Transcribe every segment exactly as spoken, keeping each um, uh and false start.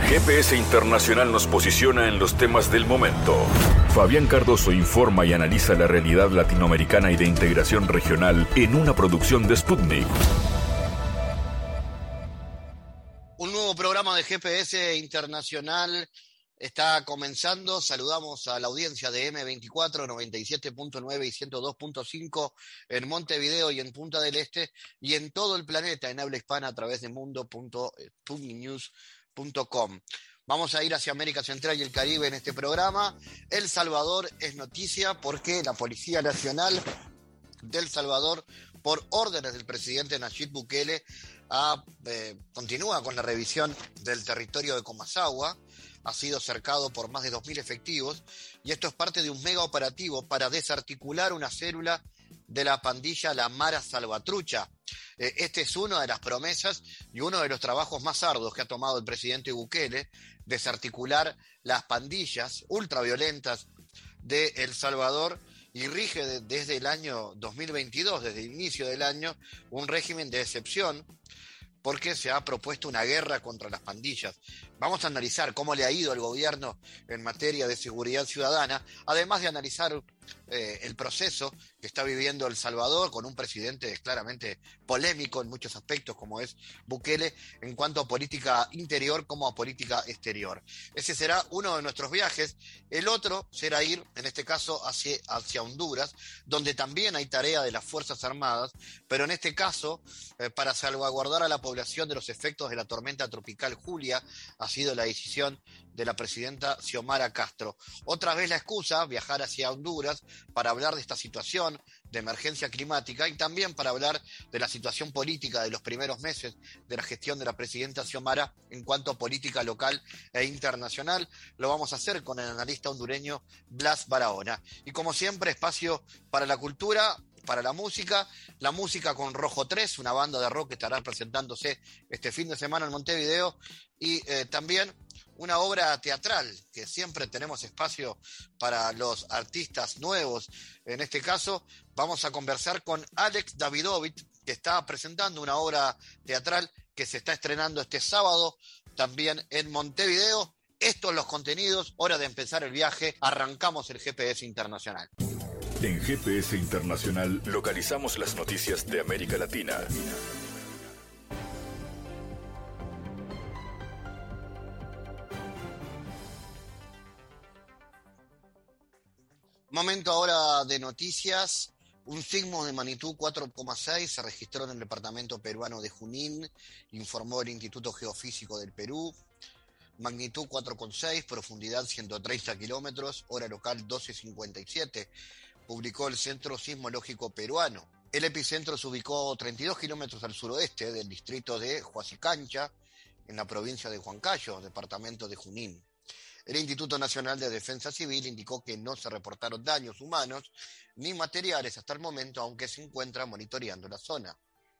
G P S Internacional nos posiciona en los temas del momento. Fabián Cardoso informa y analiza la realidad latinoamericana y de integración regional en una producción de Sputnik. Un nuevo programa de G P S Internacional está comenzando. Saludamos a la audiencia de eme veinticuatro, noventa y siete punto nueve y ciento dos punto cinco en Montevideo y en Punta del Este y en todo el planeta en habla hispana a través de mundo punto sputnik news punto com. Vamos a ir hacia América Central y el Caribe en este programa. El Salvador es noticia porque la Policía Nacional de El Salvador, por órdenes del presidente Nayib Bukele, ha, eh, continúa con la revisión del territorio de Comasagua. Ha sido cercado por más de dos mil efectivos y esto es parte de un mega operativo para desarticular una célula de la pandilla La Mara Salvatrucha. Eh, este es una de las promesas y uno de los trabajos más arduos que ha tomado el presidente Bukele, desarticular las pandillas ultraviolentas de El Salvador, y rige de, desde el año dos mil veintidós, desde el inicio del año, un régimen de excepción porque se ha propuesto una guerra contra las pandillas. Vamos a analizar cómo le ha ido al gobierno en materia de seguridad ciudadana, además de analizar eh, el proceso que está viviendo El Salvador con un presidente claramente polémico en muchos aspectos, como es Bukele, en cuanto a política interior como a política exterior. Ese será uno de nuestros viajes. El otro será ir, en este caso, hacia, hacia Honduras, donde también hay tarea de las Fuerzas Armadas, pero en este caso, eh, para salvaguardar a la población de los efectos de la tormenta tropical Julia, ha sido la decisión de la presidenta Xiomara Castro. Otra vez la excusa, viajar hacia Honduras para hablar de esta situación de emergencia climática y también para hablar de la situación política de los primeros meses de la gestión de la presidenta Xiomara en cuanto a política local e internacional. Lo vamos a hacer con el analista hondureño Blas Barahona. Y como siempre, espacio para la cultura, para la música, la música con Rojo tres, una banda de rock que estará presentándose este fin de semana en Montevideo, y eh, también una obra teatral, que siempre tenemos espacio para los artistas nuevos. En este caso, vamos a conversar con Alex Davidovich, que está presentando una obra teatral que se está estrenando este sábado también en Montevideo. Estos los contenidos, hora de empezar el viaje, arrancamos el G P S Internacional. En G P S Internacional localizamos las noticias de América Latina. Momento ahora de noticias. Un sismo de magnitud cuatro coma seis se registró en el departamento peruano de Junín, informó el Instituto Geofísico del Perú. Magnitud cuatro coma seis, profundidad ciento treinta kilómetros, hora local doce cincuenta y siete, publicó el Centro Sismológico Peruano. El epicentro se ubicó treinta y dos kilómetros al suroeste del distrito de Huasicancha, en la provincia de Huancayo, departamento de Junín. El Instituto Nacional de Defensa Civil indicó que no se reportaron daños humanos ni materiales hasta el momento, aunque se encuentra monitoreando la zona.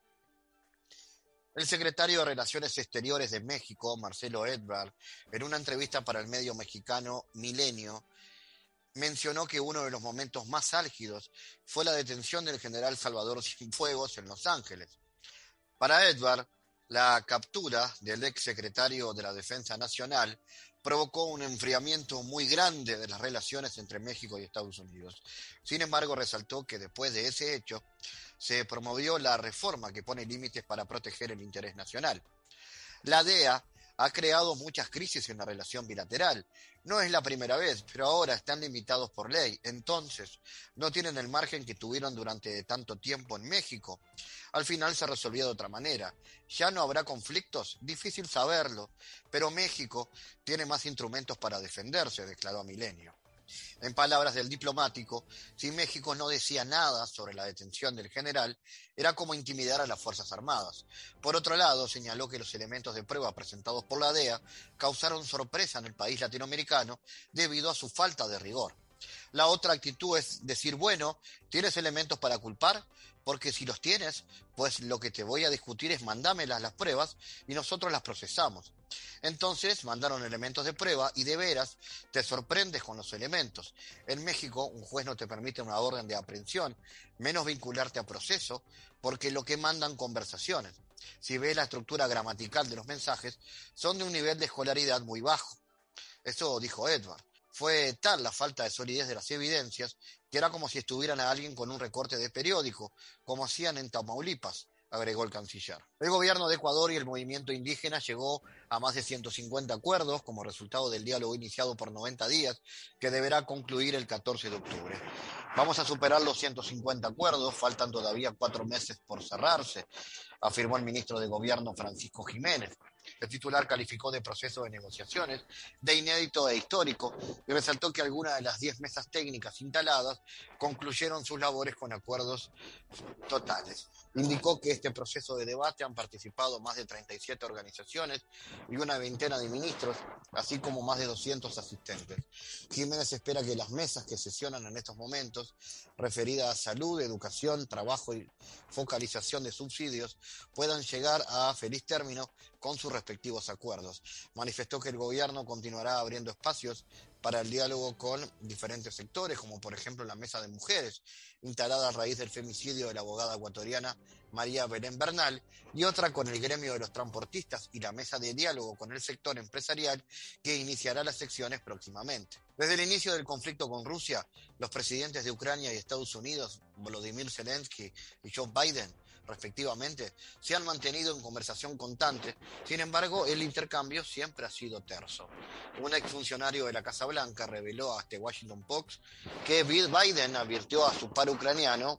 El secretario de Relaciones Exteriores de México, Marcelo Ebrard, en una entrevista para el medio mexicano Milenio, mencionó que uno de los momentos más álgidos fue la detención del general Salvador Cienfuegos en Los Ángeles. Para Ebrard, la captura del ex secretario de la Defensa Nacional provocó un enfriamiento muy grande de las relaciones entre México y Estados Unidos. Sin embargo, resaltó que después de ese hecho se promovió la reforma que pone límites para proteger el interés nacional. La D E A ha creado muchas crisis en la relación bilateral. No es la primera vez, pero ahora están limitados por ley. Entonces, no tienen el margen que tuvieron durante tanto tiempo en México. Al final se resolvió de otra manera. ¿Ya no habrá conflictos? Difícil saberlo, pero México tiene más instrumentos para defenderse, declaró Milenio. En palabras del diplomático, si México no decía nada sobre la detención del general, era como intimidar a las Fuerzas Armadas. Por otro lado, señaló que los elementos de prueba presentados por la D E A causaron sorpresa en el país latinoamericano debido a su falta de rigor. La otra actitud es decir, bueno, ¿tienes elementos para culpar? Porque si los tienes, pues lo que te voy a discutir es mandámelas las pruebas y nosotros las procesamos. Entonces mandaron elementos de prueba y de veras te sorprendes con los elementos. En México un juez no te permite una orden de aprehensión, menos vincularte a proceso, porque lo que mandan conversaciones. si ve la estructura gramatical de los mensajes, son de un nivel de escolaridad muy bajo. Eso dijo Edward. Fue tal la falta de solidez de las evidencias que era como si estuvieran a alguien con un recorte de periódico, como hacían en Tamaulipas, agregó el canciller. El gobierno de Ecuador y el movimiento indígena llegó a más de ciento cincuenta acuerdos como resultado del diálogo iniciado por noventa días, que deberá concluir el catorce de octubre. Vamos a superar los ciento cincuenta acuerdos, faltan todavía cuatro meses por cerrarse, afirmó el ministro de Gobierno Francisco Jiménez. El titular calificó de proceso de negociaciones de inédito e histórico y resaltó que algunas de las diez mesas técnicas instaladas concluyeron sus labores con acuerdos totales. Indicó que este proceso de debate han participado más de treinta y siete organizaciones y una veintena de ministros, así como más de doscientos asistentes. Jiménez espera que las mesas que sesionan en estos momentos, referidas a salud, educación, trabajo y focalización de subsidios, puedan llegar a feliz término con sus respectivos acuerdos. Manifestó que el gobierno continuará abriendo espacios para el diálogo con diferentes sectores, como por ejemplo la Mesa de Mujeres, instalada a raíz del femicidio de la abogada ecuatoriana María Belén Bernal, y otra con el gremio de los transportistas y la Mesa de Diálogo con el sector empresarial, que iniciará las secciones próximamente. Desde el inicio del conflicto con Rusia, los presidentes de Ucrania y Estados Unidos, Volodymyr Zelensky y Joe Biden, respectivamente, se han mantenido en conversación constante. Sin embargo, el intercambio siempre ha sido terso. Un exfuncionario de la Casa Blanca reveló a The Washington Post que Biden advirtió a su par ucraniano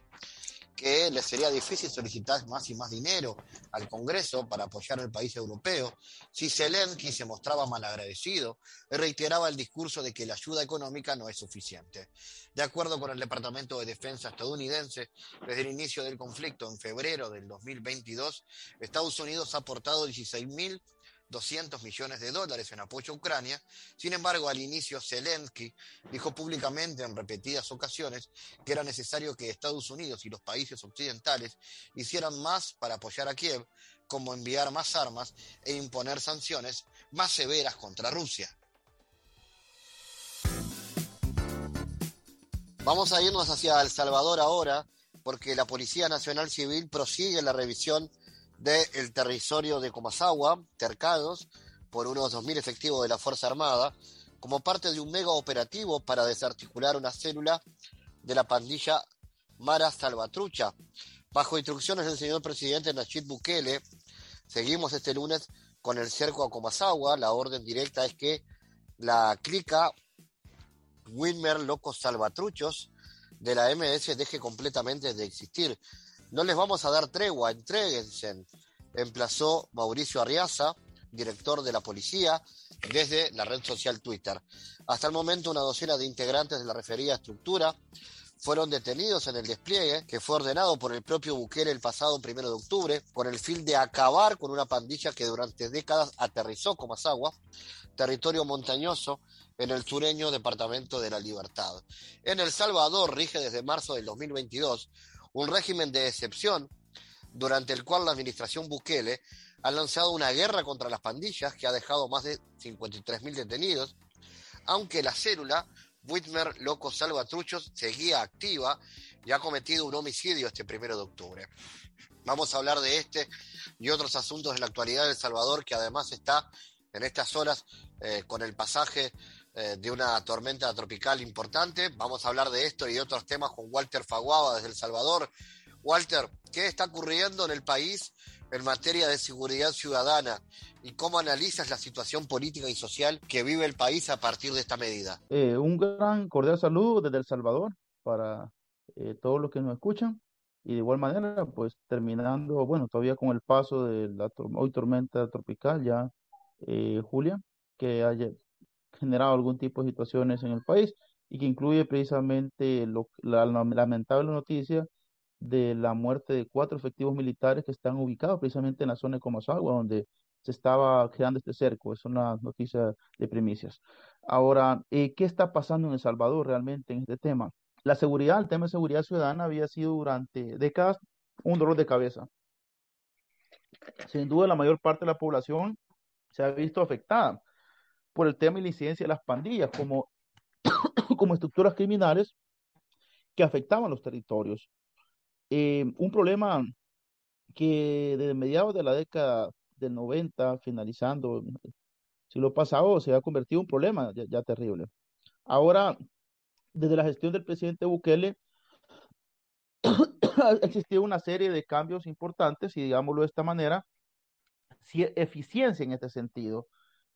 que le sería difícil solicitar más y más dinero al Congreso para apoyar al país europeo si Zelensky se mostraba malagradecido y reiteraba el discurso de que la ayuda económica no es suficiente. De acuerdo con el Departamento de Defensa estadounidense, desde el inicio del conflicto en febrero del dos mil veintidós, Estados Unidos ha aportado dieciséis mil doscientos millones de dólares en apoyo a Ucrania. Sin embargo, al inicio Zelensky dijo públicamente en repetidas ocasiones que era necesario que Estados Unidos y los países occidentales hicieran más para apoyar a Kiev, como enviar más armas e imponer sanciones más severas contra Rusia. Vamos a irnos hacia El Salvador ahora, porque la Policía Nacional Civil prosigue la revisión del territorio de Comasagua, cercados por unos dos mil efectivos de la Fuerza Armada, como parte de un mega operativo para desarticular una célula de la pandilla Mara Salvatrucha. Bajo instrucciones del señor presidente Nayib Bukele, seguimos este lunes con el cerco a Comasagua. La orden directa es que la clica Wilmer Locos Salvatruchos de la M S deje completamente de existir. No les vamos a dar tregua, entréguense, emplazó Mauricio Arriaza, director de la policía, desde la red social Twitter. Hasta el momento, una docena de integrantes de la referida estructura fueron detenidos en el despliegue que fue ordenado por el propio Bukele el pasado primero de octubre, con el fin de acabar con una pandilla que durante décadas aterrizó Comasagua, territorio montañoso en el sureño departamento de La Libertad. En El Salvador rige desde marzo del dos mil veintidós un régimen de excepción durante el cual la administración Bukele ha lanzado una guerra contra las pandillas que ha dejado más de cincuenta y tres mil detenidos, aunque la célula Whitmer Locos Salvatruchos seguía activa y ha cometido un homicidio este primero de octubre. Vamos a hablar de este y otros asuntos de la actualidad de El Salvador, que además está en estas horas eh, con el pasaje eh, de una tormenta tropical importante. Vamos a hablar de esto y de otros temas con Walter Faguaba desde El Salvador. Walter, ¿qué está ocurriendo en el país en materia de seguridad ciudadana y cómo analizas la situación política y social que vive el país a partir de esta medida? Eh, un gran cordial saludo desde El Salvador para eh, todos los que nos escuchan, y de igual manera, pues terminando, bueno, todavía con el paso de la tor- hoy tormenta tropical ya, eh, Julia, que haya generado algún tipo de situaciones en el país y que incluye precisamente lo, la, la lamentable noticia de la muerte de cuatro efectivos militares que están ubicados precisamente en la zona de Comasagua, donde se estaba creando este cerco. Es una noticia de primicias. Ahora, eh, ¿qué está pasando en El Salvador realmente en este tema? La seguridad, el tema de seguridad ciudadana había sido durante décadas un dolor de cabeza. Sin duda, la mayor parte de la población se ha visto afectada por el tema de la incidencia de las pandillas como, como estructuras criminales que afectaban los territorios. Eh, un problema que desde mediados de la década del noventa, finalizando el siglo pasado, se ha convertido en un problema ya, ya terrible. Ahora, desde la gestión del presidente Bukele, ha existido una serie de cambios importantes y digámoslo de esta manera, sí, eficiencia en este sentido.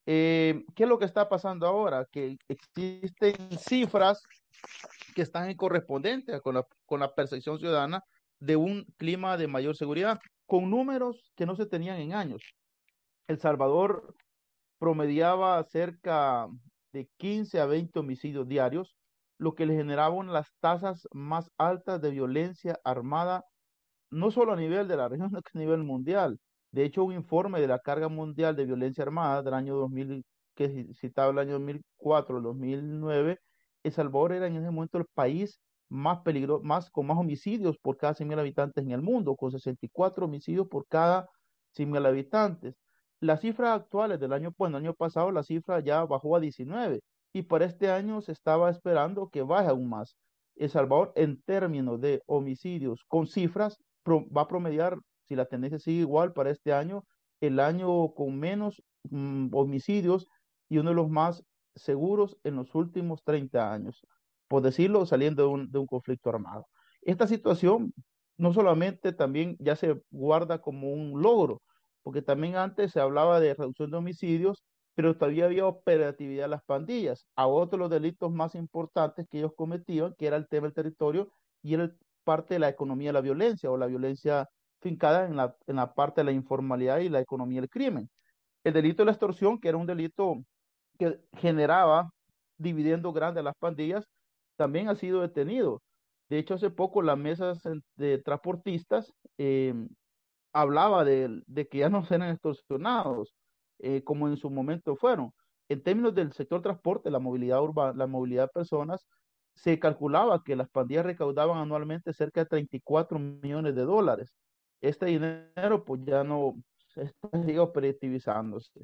Eh, ¿qué es lo que está pasando ahora? Que existen cifras que están en correspondencia con la, con la percepción ciudadana de un clima de mayor seguridad, con números que no se tenían en años. El Salvador promediaba cerca de quince a veinte homicidios diarios, lo que le generaba una de las tasas más altas de violencia armada no solo a nivel de la región, sino que a nivel mundial. De hecho, un informe de la carga mundial de violencia armada del año dos mil, que citaba el año dos mil cuatro, dos mil nueve, El Salvador era en ese momento el país más peligroso, más, con más homicidios por cada cien mil habitantes en el mundo, con sesenta y cuatro homicidios por cada cien mil habitantes. Las cifras actuales del año, bueno, el año pasado la cifra ya bajó a diecinueve y para este año se estaba esperando que baje aún más. El Salvador, en términos de homicidios con cifras, pro, va a promediar, si la tendencia sigue igual para este año, el año con menos mm, homicidios y uno de los más seguros en los últimos treinta años, por decirlo, saliendo de un, de un conflicto armado. Esta situación no solamente también ya se guarda como un logro, porque también antes se hablaba de reducción de homicidios, pero todavía había operatividad de las pandillas. A otros los delitos más importantes que ellos cometían, que era el tema del territorio y era parte de la economía de la violencia o la violencia fincada en la, en la parte de la informalidad y la economía del crimen. El delito de la extorsión, que era un delito que generaba dividendos grandes a las pandillas, también ha sido detenido. De hecho, hace poco las mesas de transportistas eh, hablaba de, de, que ya no serán extorsionados eh, como en su momento fueron. En términos del sector transporte, la movilidad urbana, la movilidad de personas, se calculaba que las pandillas recaudaban anualmente cerca de treinta y cuatro millones de dólares. Este dinero pues ya no está operativizándose.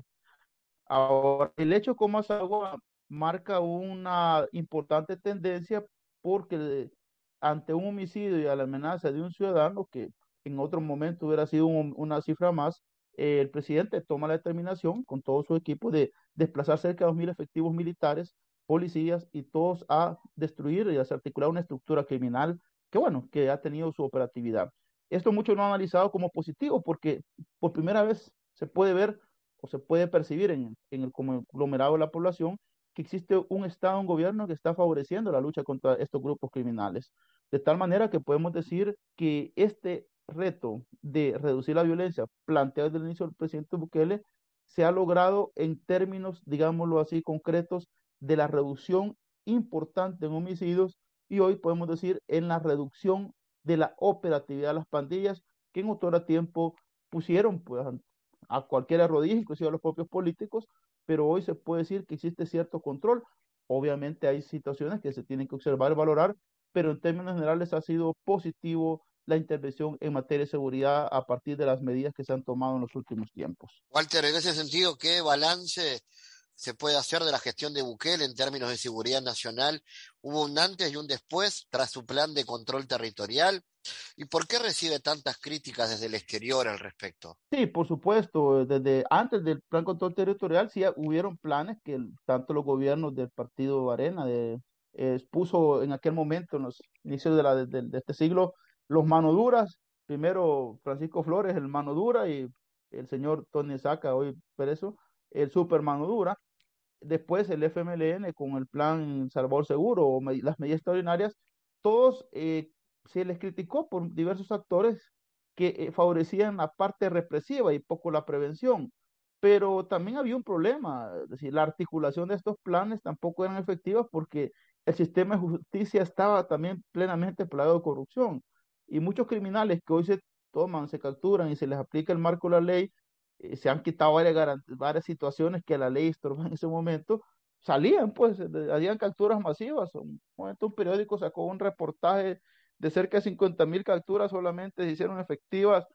Ahora, el hecho como Azagua marca una importante tendencia porque ante un homicidio y a la amenaza de un ciudadano que en otro momento hubiera sido un, una cifra más, eh, el presidente toma la determinación con todo su equipo de desplazar cerca de dos mil efectivos militares, policías y todos a destruir y a desarticular una estructura criminal que, bueno, que ha tenido su operatividad. Esto muchos lo han analizado como positivo porque por primera vez se puede ver o se puede percibir en, en el conglomerado de la población que existe un Estado, un gobierno que está favoreciendo la lucha contra estos grupos criminales. De tal manera que podemos decir que este reto de reducir la violencia planteado desde el inicio del presidente Bukele se ha logrado en términos, digámoslo así, concretos de la reducción importante en homicidios y hoy podemos decir en la reducción de la operatividad de las pandillas que en otro tiempo pusieron pues, a cualquier rodilla, inclusive a los propios políticos, pero hoy se puede decir que existe cierto control. Obviamente hay situaciones que se tienen que observar y valorar, pero en términos generales ha sido positivo la intervención en materia de seguridad a partir de las medidas que se han tomado en los últimos tiempos. Walter, en ese sentido, ¿qué balance se puede hacer de la gestión de Bukele en términos de seguridad nacional? ¿Hubo un antes y un después tras su plan de control territorial? ¿Y por qué recibe tantas críticas desde el exterior al respecto? Sí, por supuesto, desde antes del plan control territorial sí hubieron planes que el, tanto los gobiernos del partido Arena de, eh, puso en aquel momento, en los inicios de, la, de, de este siglo, los mano duras, primero Francisco Flores, el mano dura, y el señor Tony Saca, hoy preso, el super mano dura, después el F M L N con el plan Salvador Seguro o me, las medidas extraordinarias, todos eh, se les criticó por diversos actores que eh, favorecían la parte represiva y poco la prevención. Pero también había un problema, es decir, la articulación de estos planes tampoco eran efectivas porque el sistema de justicia estaba también plenamente plagado de corrupción. Y muchos criminales que hoy se toman, se capturan y se les aplica el marco de la ley, eh, se han quitado varias, varias situaciones que la ley estorbaba en ese momento, salían, pues, habían capturas masivas. Un momento un periódico sacó un reportaje de cerca de cincuenta mil capturas, solamente se hicieron efectivas,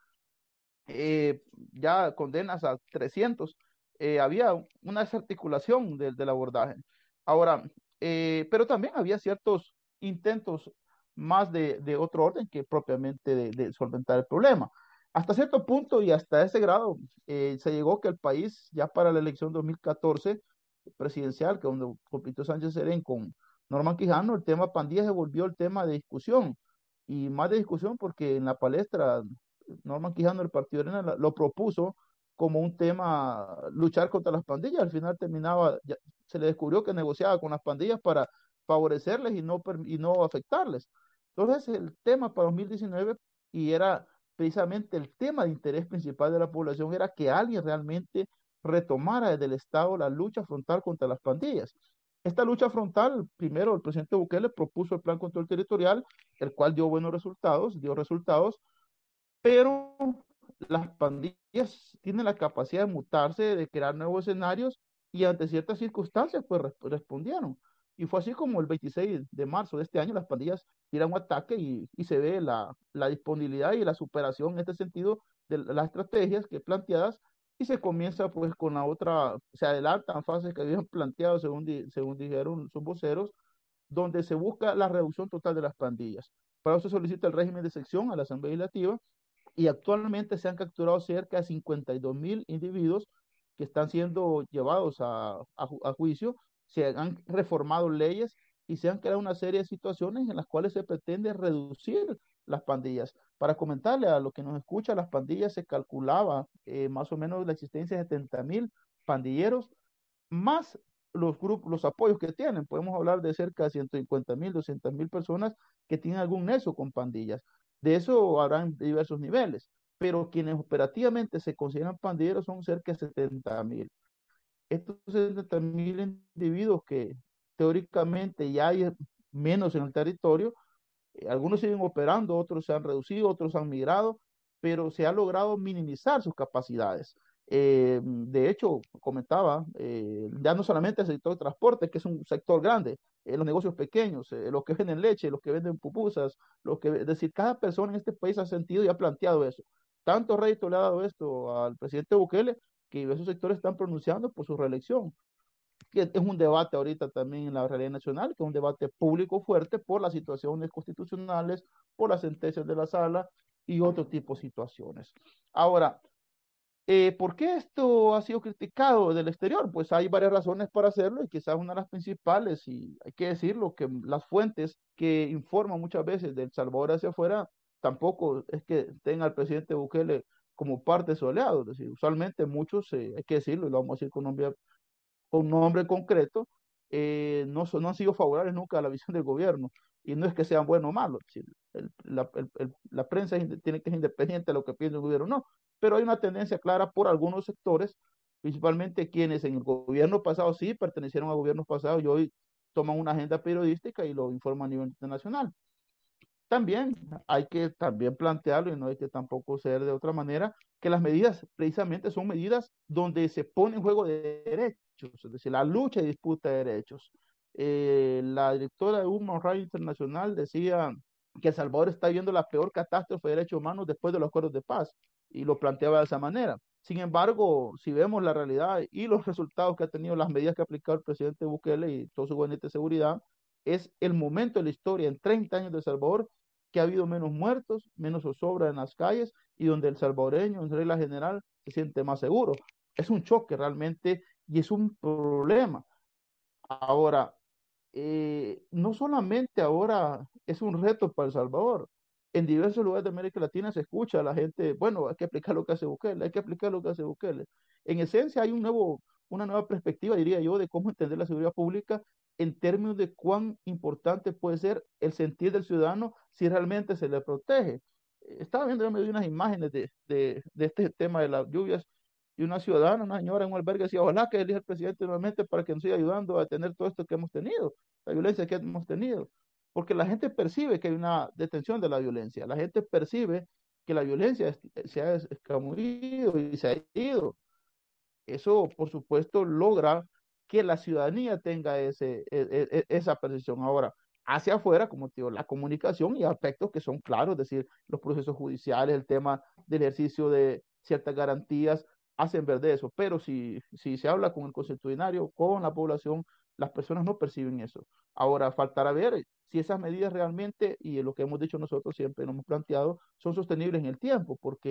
eh, ya condenas a trescientos. Eh, había una desarticulación de, del abordaje. Ahora, eh, pero también había ciertos intentos más de, de otro orden que propiamente de, de solventar el problema. Hasta cierto punto y hasta ese grado eh, se llegó que el país, ya para la elección dos mil catorce presidencial, que donde compitió Sánchez Serén con Norman Quijano, el tema pandillas se volvió el tema de discusión, y más de discusión porque en la palestra Norman Quijano, el Partido Arena, la- lo propuso como un tema luchar contra las pandillas. Al final terminaba, ya- se le descubrió que negociaba con las pandillas para favorecerles y no, per- y no afectarles. Entonces, el tema para dos mil diecinueve, y era precisamente el tema de interés principal de la población, era que alguien realmente retomara desde el Estado la lucha frontal contra las pandillas. Esta lucha frontal, primero el presidente Bukele propuso el plan control territorial, el cual dio buenos resultados, dio resultados, pero las pandillas tienen la capacidad de mutarse, de crear nuevos escenarios, y ante ciertas circunstancias pues resp- respondieron. Y fue así como el veintiséis de marzo de este año las pandillas tiran un ataque, y, y se ve la, la disponibilidad y la superación en este sentido de las estrategias que planteadas, y se comienza pues con la otra, se adelantan fases que habían planteado según, di- según dijeron sus voceros, donde se busca la reducción total de las pandillas. Para eso se solicita el régimen de sección a la Asamblea Legislativa, y actualmente se han capturado cerca de cincuenta y dos mil individuos que están siendo llevados a, a, ju- a juicio. Se han reformado leyes y se han creado una serie de situaciones en las cuales se pretende reducir las pandillas. Para comentarle a los que nos escucha, las pandillas se calculaba eh, más o menos la existencia de setenta mil pandilleros, más los grupos, los apoyos que tienen. Podemos hablar de cerca de ciento cincuenta mil, doscientas mil personas que tienen algún nexo con pandillas. De eso habrán diversos niveles, pero quienes operativamente se consideran pandilleros son cerca de setenta mil. Estos setenta mil individuos que teóricamente ya hay menos en el territorio, eh, algunos siguen operando, otros se han reducido, otros han migrado, pero se ha logrado minimizar sus capacidades. Eh, de hecho, comentaba, eh, ya no solamente el sector de transporte, que es un sector grande, eh, los negocios pequeños, eh, los que venden leche, los que venden pupusas, los que, es decir, cada persona en este país ha sentido y ha planteado eso. Tanto rédito le ha dado esto al presidente Bukele, que esos sectores están pronunciando por su reelección, que es un debate ahorita también en la realidad nacional, que es un debate público fuerte por las situaciones constitucionales, por las sentencias de la sala y otro tipo de situaciones. Ahora, eh, ¿por qué esto ha sido criticado del exterior? Pues hay varias razones para hacerlo, y quizás una de las principales, y hay que decirlo, que las fuentes que informan muchas veces del Salvador hacia afuera tampoco es que tenga al presidente Bukele como parte de su aliado. Es decir, usualmente muchos, eh, hay que decirlo, y lo vamos a decir con nombre con nombre concreto, eh, no, son, no han sido favorables nunca a la visión del gobierno. Y no es que sean buenos o malos, si el, la, el, el, la, prensa es, tiene que ser independiente de lo que piensa el gobierno, no. Pero hay una tendencia clara por algunos sectores, principalmente quienes en el gobierno pasado sí pertenecieron a gobiernos pasados y hoy toman una agenda periodística y lo informan a nivel internacional. También hay que también plantearlo, y no hay que tampoco ser de otra manera, que las medidas precisamente son medidas donde se pone en juego de derechos, es decir, la lucha y disputa de derechos. Eh, la directora de Human Rights Internacional decía que El Salvador está viviendo la peor catástrofe de derechos humanos después de los acuerdos de paz, y lo planteaba de esa manera. Sin embargo, si vemos la realidad y los resultados que ha tenido las medidas que ha aplicado el presidente Bukele y todo su gabinete de seguridad, es el momento de la historia en treinta años de El Salvador que ha habido menos muertos, menos zozobra en las calles, y donde el salvadoreño, en regla general, se siente más seguro. Es un choque realmente y es un problema. Ahora, eh, no solamente ahora es un reto para El Salvador. En diversos lugares de América Latina se escucha a la gente, bueno, hay que aplicar lo que hace Bukele, hay que aplicar lo que hace Bukele. En esencia hay un nuevo, una nueva perspectiva, diría yo, de cómo entender la seguridad pública en términos de cuán importante puede ser el sentir del ciudadano si realmente se le protege. Estaba viendo, yo me di unas imágenes de, de, de este tema de las lluvias, y una ciudadana, una señora en un albergue decía, ojalá que elija el presidente nuevamente para que nos siga ayudando a tener todo esto que hemos tenido, la violencia que hemos tenido. Porque la gente percibe que hay una detención de la violencia, la gente percibe que la violencia es, se ha escamuido y se ha ido. Eso, por supuesto, logra que la ciudadanía tenga ese, e, e, esa percepción. Ahora, hacia afuera, como te digo, la comunicación y aspectos que son claros, es decir, los procesos judiciales, el tema del ejercicio de ciertas garantías, hacen ver de eso. Pero si, si se habla con el constitucionario, con la población, las personas no perciben eso. Ahora, faltará ver si esas medidas realmente, y lo que hemos dicho nosotros siempre, nos hemos planteado, son sostenibles en el tiempo, porque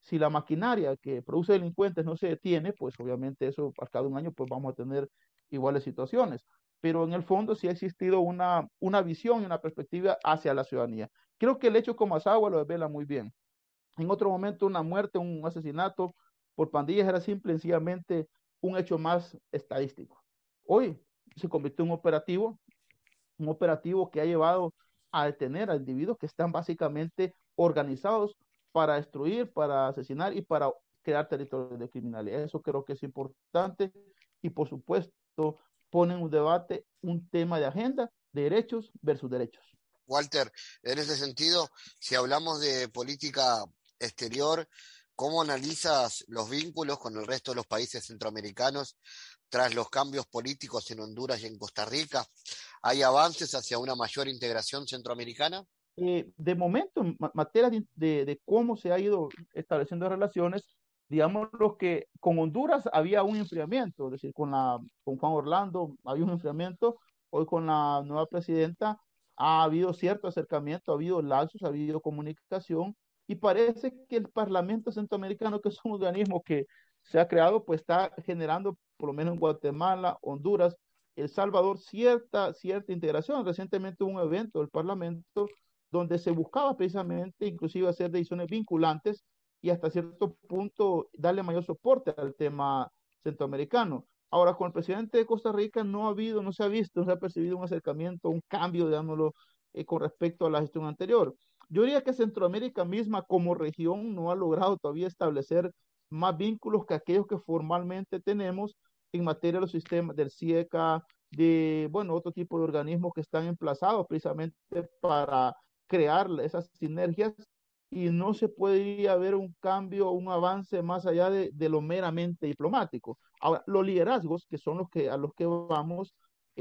Si la maquinaria que produce delincuentes no se detiene, pues obviamente eso a cada un año pues vamos a tener iguales situaciones. Pero en el fondo sí ha existido una, una visión y una perspectiva hacia la ciudadanía. Creo que el hecho como Azagua lo desvela muy bien. En otro momento una muerte, un asesinato por pandillas era simple y sencillamente un hecho más estadístico. Hoy se convirtió en un operativo, un operativo que ha llevado a detener a individuos que están básicamente organizados para destruir, para asesinar y para crear territorios de criminalidad. Eso creo que es importante y por supuesto pone en un debate un tema de agenda de derechos versus derechos. Walter, en ese sentido, si hablamos de política exterior, ¿cómo analizas los vínculos con el resto de los países centroamericanos tras los cambios políticos en Honduras y en Costa Rica? ¿Hay avances hacia una mayor integración centroamericana? Eh, de momento, en materia de, de, de, cómo se ha ido estableciendo relaciones, digamos lo que con Honduras había un enfriamiento, es decir, con, la, con Juan Orlando había un enfriamiento, hoy con la nueva presidenta ha habido cierto acercamiento, ha habido lazos, ha habido comunicación, y parece que el Parlamento Centroamericano, que es un organismo que se ha creado, pues está generando, por lo menos en Guatemala, Honduras, El Salvador, cierta, cierta integración. Recientemente hubo un evento del Parlamento donde se buscaba precisamente inclusive hacer decisiones vinculantes y hasta cierto punto darle mayor soporte al tema centroamericano. Ahora, con el presidente de Costa Rica no ha habido, no se ha visto, no se ha percibido un acercamiento, un cambio, digámoslo, eh, con respecto a la gestión anterior. Yo diría que Centroamérica misma como región no ha logrado todavía establecer más vínculos que aquellos que formalmente tenemos en materia de los sistemas del CIECA, de, bueno, otro tipo de organismos que están emplazados precisamente para crear esas sinergias y no se podría ver un cambio, un avance más allá de, de lo meramente diplomático. Ahora, los liderazgos, que son los que, a los que vamos,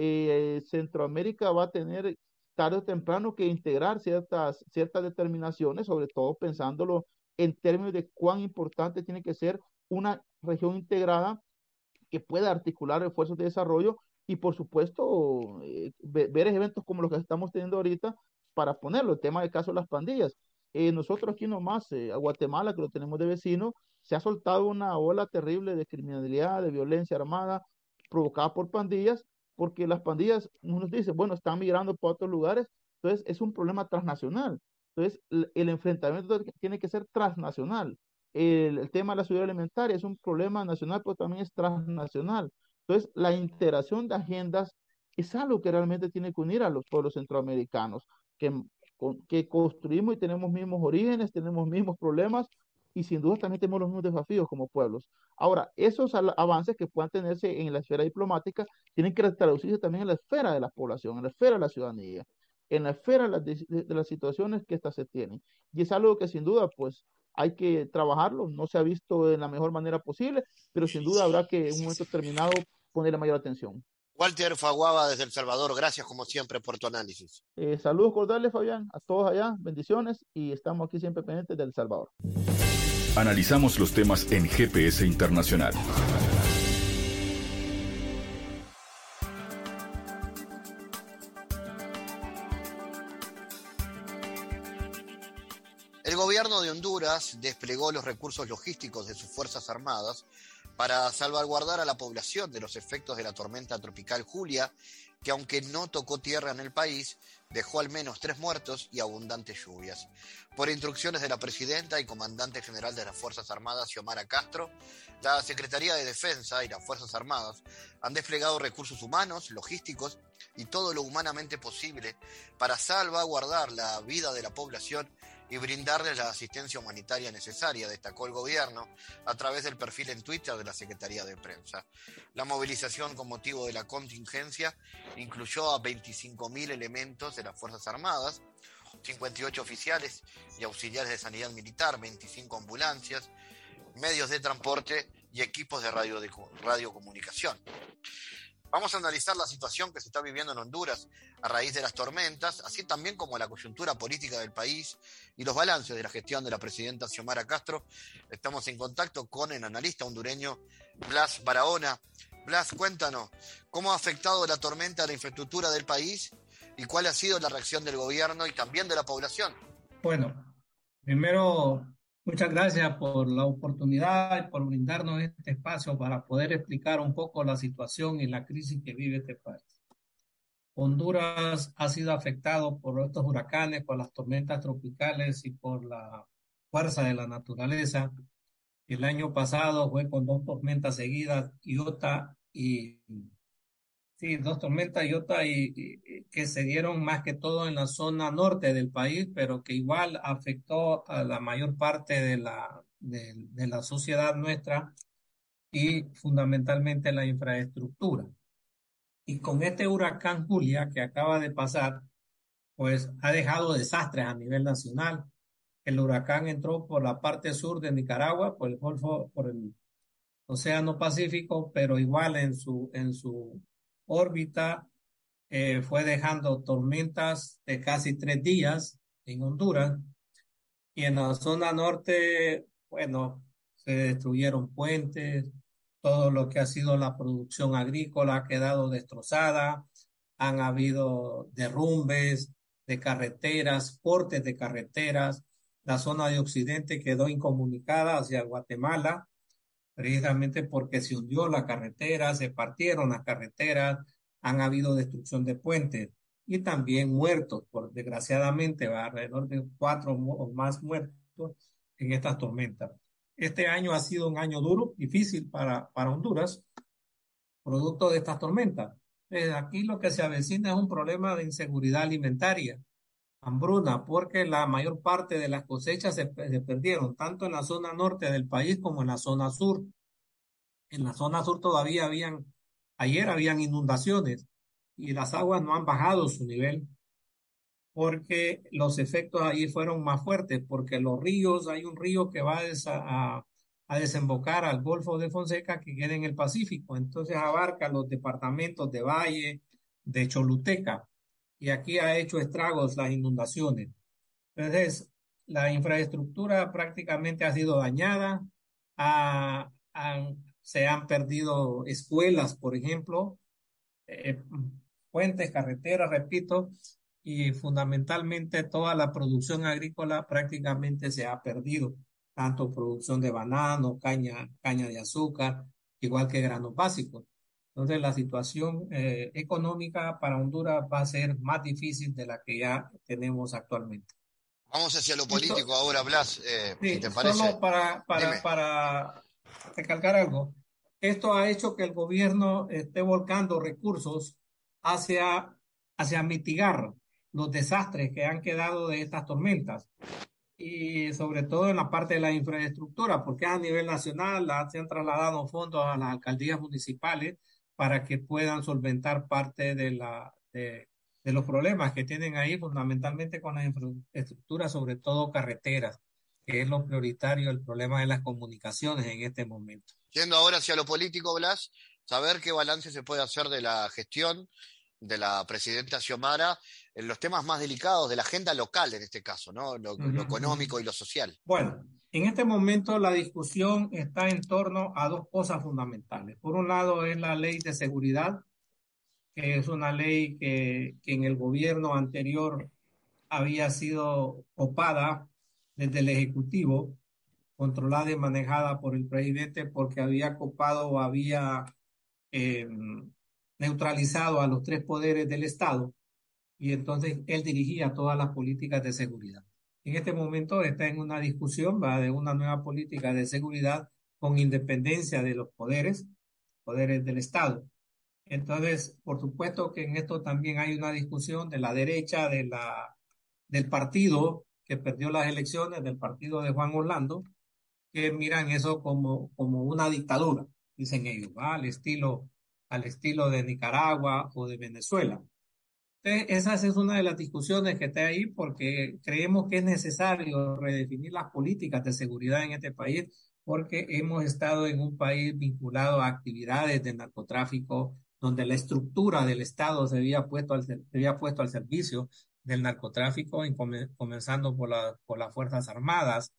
eh, Centroamérica va a tener tarde o temprano que integrar ciertas, ciertas determinaciones, sobre todo pensándolo en términos de cuán importante tiene que ser una región integrada que pueda articular esfuerzos de desarrollo y por supuesto eh, ver eventos como los que estamos teniendo ahorita para ponerlo, el tema del caso de las pandillas. Eh, nosotros aquí nomás, eh, a Guatemala, que lo tenemos de vecino, se ha soltado una ola terrible de criminalidad, de violencia armada provocada por pandillas, porque las pandillas, uno dice, bueno, están migrando para otros lugares, entonces es un problema transnacional. Entonces, el, el enfrentamiento tiene que ser transnacional. El, el tema de la seguridad alimentaria es un problema nacional, pero también es transnacional. Entonces, la integración de agendas es algo que realmente tiene que unir a los pueblos centroamericanos, que, con, que construimos y tenemos mismos orígenes, tenemos mismos problemas y sin duda también tenemos los mismos desafíos como pueblos. Ahora, esos avances que puedan tenerse en la esfera diplomática tienen que traducirse también en la esfera de la población, en la esfera de la ciudadanía, en la esfera de las, de, de las situaciones que éstas se tienen. Y es algo que sin duda, pues, hay que trabajarlo, no se ha visto de la mejor manera posible, pero sin duda habrá que en un momento determinado ponerle mayor atención. Walter Faguaba desde El Salvador, gracias como siempre por tu análisis. Eh, saludos cordiales, Fabián, a todos allá, bendiciones y estamos aquí siempre pendientes de El Salvador. Analizamos los temas en G P S Internacional. El gobierno de Honduras desplegó los recursos logísticos de sus Fuerzas Armadas para salvaguardar a la población de los efectos de la tormenta tropical Julia, que aunque no tocó tierra en el país, dejó al menos tres muertos y abundantes lluvias. Por instrucciones de la presidenta y comandante general de las Fuerzas Armadas, Xiomara Castro, la Secretaría de Defensa y las Fuerzas Armadas han desplegado recursos humanos, logísticos y todo lo humanamente posible para salvaguardar la vida de la población y brindarles la asistencia humanitaria necesaria, destacó el gobierno a través del perfil en Twitter de la Secretaría de Prensa. La movilización con motivo de la contingencia incluyó a veinticinco mil elementos de las Fuerzas Armadas, cincuenta y ocho oficiales y auxiliares de sanidad militar, veinticinco ambulancias, medios de transporte y equipos de radio de radiocomunicación. Vamos a analizar la situación que se está viviendo en Honduras a raíz de las tormentas, así también como la coyuntura política del país y los balances de la gestión de la presidenta Xiomara Castro. Estamos en contacto con el analista hondureño Blas Barahona. Blas, cuéntanos, ¿cómo ha afectado la tormenta a la infraestructura del país y cuál ha sido la reacción del gobierno y también de la población? Bueno, primero Muchas gracias por la oportunidad y por brindarnos este espacio para poder explicar un poco la situación y la crisis que vive este país. Honduras ha sido afectado por estos huracanes, por las tormentas tropicales y por la fuerza de la naturaleza. El año pasado fue con dos tormentas seguidas, Iota y sí, dos tormentas Iota y, y- que se dieron más que todo en la zona norte del país, pero que igual afectó a la mayor parte de la, de, de la sociedad nuestra y fundamentalmente la infraestructura. Y con este huracán Julia que acaba de pasar, pues ha dejado desastres a nivel nacional. El huracán entró por la parte sur de Nicaragua, por el Golfo, por el Océano Pacífico, pero igual en su, en su órbita eh, fue dejando tormentas de casi tres días en Honduras y en la zona norte, bueno, se destruyeron puentes, todo lo que ha sido la producción agrícola ha quedado destrozada, han habido derrumbes de carreteras, cortes de carreteras, la zona de Occidente quedó incomunicada hacia Guatemala precisamente porque se hundió la carretera, se partieron las carreteras, han habido destrucción de puentes y también muertos, por desgraciadamente, va alrededor de cuatro o más muertos en estas tormentas. Este año ha sido un año duro, difícil para, para Honduras, producto de estas tormentas. Eh, aquí lo que se avecina es un problema de inseguridad alimentaria, hambruna, porque la mayor parte de las cosechas se, se perdieron, tanto en la zona norte del país como en la zona sur. En la zona sur todavía habían, ayer habían inundaciones y las aguas no han bajado su nivel porque los efectos ahí fueron más fuertes, porque los ríos, hay un río que va a, desa- a- a desembocar al Golfo de Fonseca que queda en el Pacífico, entonces abarca los departamentos de Valle, de Choluteca, y aquí ha hecho estragos las inundaciones. Entonces, la infraestructura prácticamente ha sido dañada, ha- han- se han perdido escuelas, por ejemplo, eh, puentes, carreteras, repito, y fundamentalmente toda la producción agrícola prácticamente se ha perdido, tanto producción de banano, caña, caña de azúcar, igual que granos básicos. Entonces, la situación eh, económica para Honduras va a ser más difícil de la que ya tenemos actualmente. Vamos hacia lo Esto, político ahora, Blas, eh, si sí, te solo parece. para, para, Dime. para recalcar algo. Esto ha hecho que el gobierno esté volcando recursos hacia, hacia mitigar los desastres que han quedado de estas tormentas y sobre todo en la parte de la infraestructura, porque a nivel nacional la- se han trasladado fondos a las alcaldías municipales para que puedan solventar parte de la, de, de los problemas que tienen ahí, fundamentalmente con la infraestructura, sobre todo carreteras, que es lo prioritario, el problema de las comunicaciones en este momento. Yendo ahora hacia lo político, Blas, saber qué balance se puede hacer de la gestión de la presidenta Xiomara en los temas más delicados de la agenda local, en este caso, ¿no? Lo, Ujú, lo ujú. económico y lo social. Bueno, en este momento la discusión está en torno a dos cosas fundamentales. Por un lado es la ley de seguridad, que es una ley que, que en el gobierno anterior había sido copada desde el Ejecutivo, controlada y manejada por el presidente porque había copado o había eh, neutralizado a los tres poderes del Estado y entonces él dirigía todas las políticas de seguridad. En este momento está en una discusión, va, de una nueva política de seguridad con independencia de los poderes, poderes del Estado. Entonces, por supuesto que en esto también hay una discusión de la derecha, de la, del partido que perdió las elecciones, del partido de Juan Orlando, que miran eso como, como una dictadura, dicen ellos, ¿va? Al estilo, al estilo de Nicaragua o de Venezuela. Entonces, esa es una de las discusiones que está ahí porque creemos que es necesario redefinir las políticas de seguridad en este país porque hemos estado en un país vinculado a actividades de narcotráfico donde la estructura del Estado se había puesto al, se había puesto al servicio del narcotráfico, y come- comenzando por, la, por las Fuerzas Armadas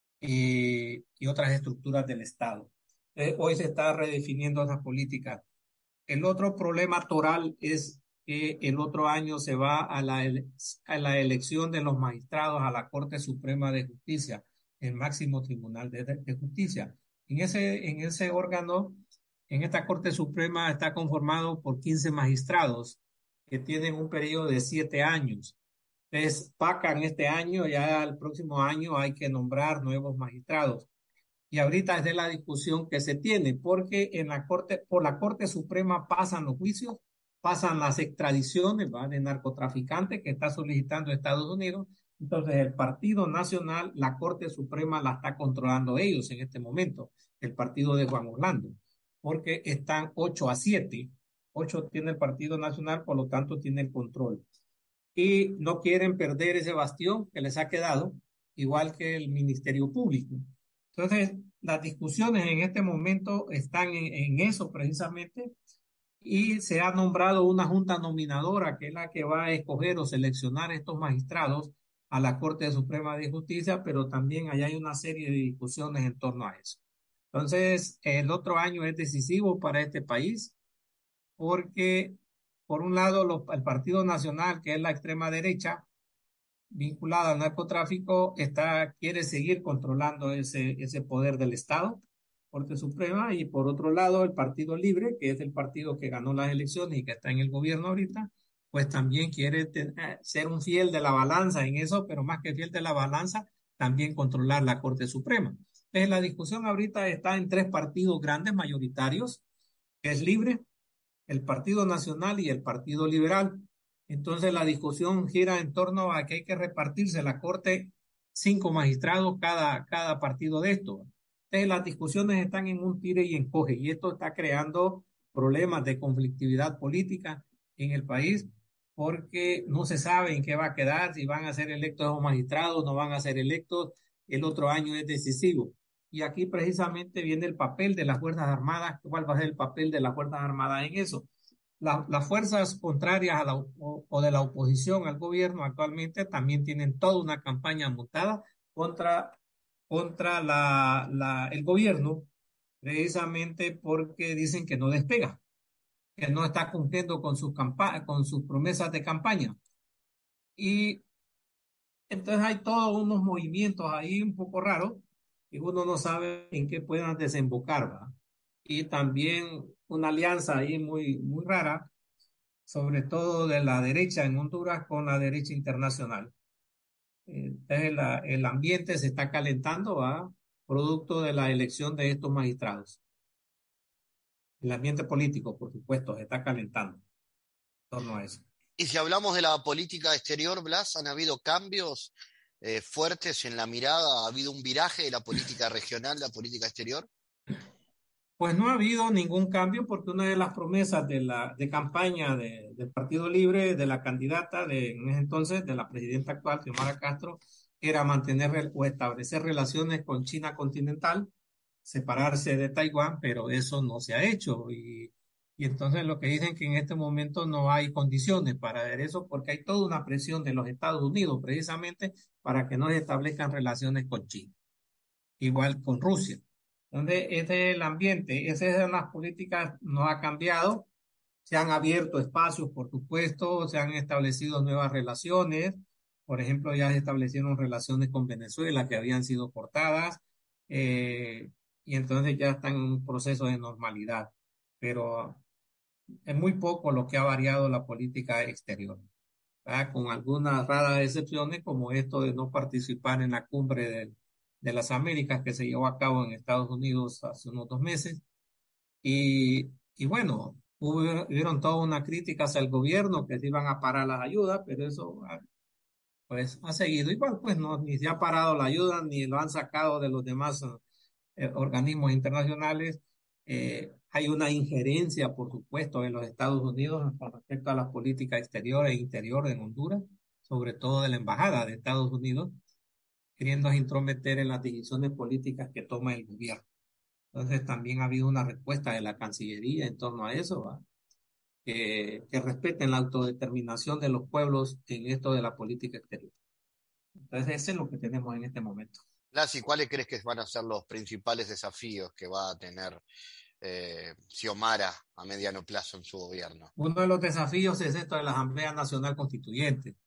y, y otras estructuras del Estado. Eh, hoy se está redefiniendo esas políticas. El otro problema toral es que el otro año se va a la, ele- a la elección de los magistrados a la Corte Suprema de Justicia. el máximo tribunal de, de justicia. En ese, en ese órgano, en esta Corte Suprema está conformado por quince magistrados que tienen un periodo de siete años. Entonces, pacan este año, ya el próximo año hay que nombrar nuevos magistrados. Y ahorita es de la discusión que se tiene, porque en la Corte, por la Corte Suprema pasan los juicios, pasan las extradiciones, ¿va?, de narcotraficantes que está solicitando Estados Unidos. Entonces, el Partido Nacional, la Corte Suprema la está controlando ellos en este momento, el partido de Juan Orlando, porque están ocho a siete. ocho tiene el Partido Nacional, por lo tanto tiene el control. Y no quieren perder ese bastión que les ha quedado, igual que el Ministerio Público. Entonces, las discusiones en este momento están en, en eso precisamente, y se ha nombrado una junta nominadora que es la que va a escoger o seleccionar estos magistrados a la Corte Suprema de Justicia, pero también allá hay una serie de discusiones en torno a eso. Entonces, el otro año es decisivo para este país porque, por un lado, los, el Partido Nacional, que es la extrema derecha, vinculada al narcotráfico, está, quiere seguir controlando ese, ese poder del Estado, Corte Suprema, y por otro lado el Partido Libre, que es el partido que ganó las elecciones y que está en el gobierno ahorita, pues también quiere tener, ser un fiel de la balanza en eso, pero más que fiel de la balanza, también controlar la Corte Suprema. Entonces la discusión ahorita está en tres partidos grandes mayoritarios, que es Libre, el Partido Nacional y el Partido Liberal. Entonces la discusión gira en torno a que hay que repartirse la Corte cinco magistrados cada, cada partido de estos. Entonces las discusiones están en un tire y encoge, y esto está creando problemas de conflictividad política en el país, porque no se sabe en qué va a quedar, si van a ser electos los magistrados, no van a ser electos, el otro año es decisivo. Y aquí precisamente viene el papel de las Fuerzas Armadas. ¿Cuál va a ser el papel de las Fuerzas Armadas en eso? La, las fuerzas contrarias a la, o, o de la oposición al gobierno actualmente también tienen toda una campaña montada contra, contra la, la, el gobierno, precisamente porque dicen que no despega, que no está cumpliendo con sus, campa con sus promesas de campaña. Y entonces hay todos unos movimientos ahí un poco raros y uno no sabe en qué puedan desembocar, ¿va? Y también una alianza ahí muy, muy rara, sobre todo de la derecha en Honduras con la derecha internacional. Entonces la, el ambiente se está calentando, ¿va?, producto de la elección de estos magistrados. El ambiente político, por supuesto, se está calentando en torno a eso. Y si hablamos de la política exterior, Blas, ¿han habido cambios eh, fuertes en la mirada? ¿Ha habido un viraje de la política regional, la política exterior? Pues no ha habido ningún cambio, porque una de las promesas de la de campaña de, del Partido Libre, de la candidata de en ese entonces, de la presidenta actual, Xiomara Castro, era mantener o establecer relaciones con China continental, separarse de Taiwán, pero eso no se ha hecho. Y, y entonces lo que dicen que en este momento no hay condiciones para ver eso, porque hay toda una presión de los Estados Unidos precisamente para que no se establezcan relaciones con China, igual con Rusia. Entonces, ese es el ambiente, esas son las políticas, no ha cambiado, se han abierto espacios, por supuesto, se han establecido nuevas relaciones, por ejemplo, ya se establecieron relaciones con Venezuela que habían sido cortadas, eh, y entonces ya están en un proceso de normalidad, pero es muy poco lo que ha variado la política exterior, ¿verdad?, con algunas raras excepciones, como esto de no participar en la cumbre del de las Américas que se llevó a cabo en Estados Unidos hace unos dos meses. Y, y bueno, hubo, hubieron toda una crítica hacia el gobierno que se iban a parar las ayudas, pero eso pues ha seguido. Igual pues no, ni se ha parado la ayuda, ni lo han sacado de los demás eh, organismos internacionales. Eh, hay una injerencia, por supuesto, en los Estados Unidos con respecto a las políticas exteriores e interior en Honduras, sobre todo de la Embajada de Estados Unidos, queriendo intrometer en las decisiones políticas que toma el gobierno. Entonces también ha habido una respuesta de la Cancillería en torno a eso, ¿va?, que, que respeten la autodeterminación de los pueblos en esto de la política exterior. Entonces ese es lo que tenemos en este momento. Blas, ¿y cuáles crees que van a ser los principales desafíos que va a tener eh, Xiomara a mediano plazo en su gobierno? Uno de los desafíos es esto de la Asamblea Nacional Constituyente.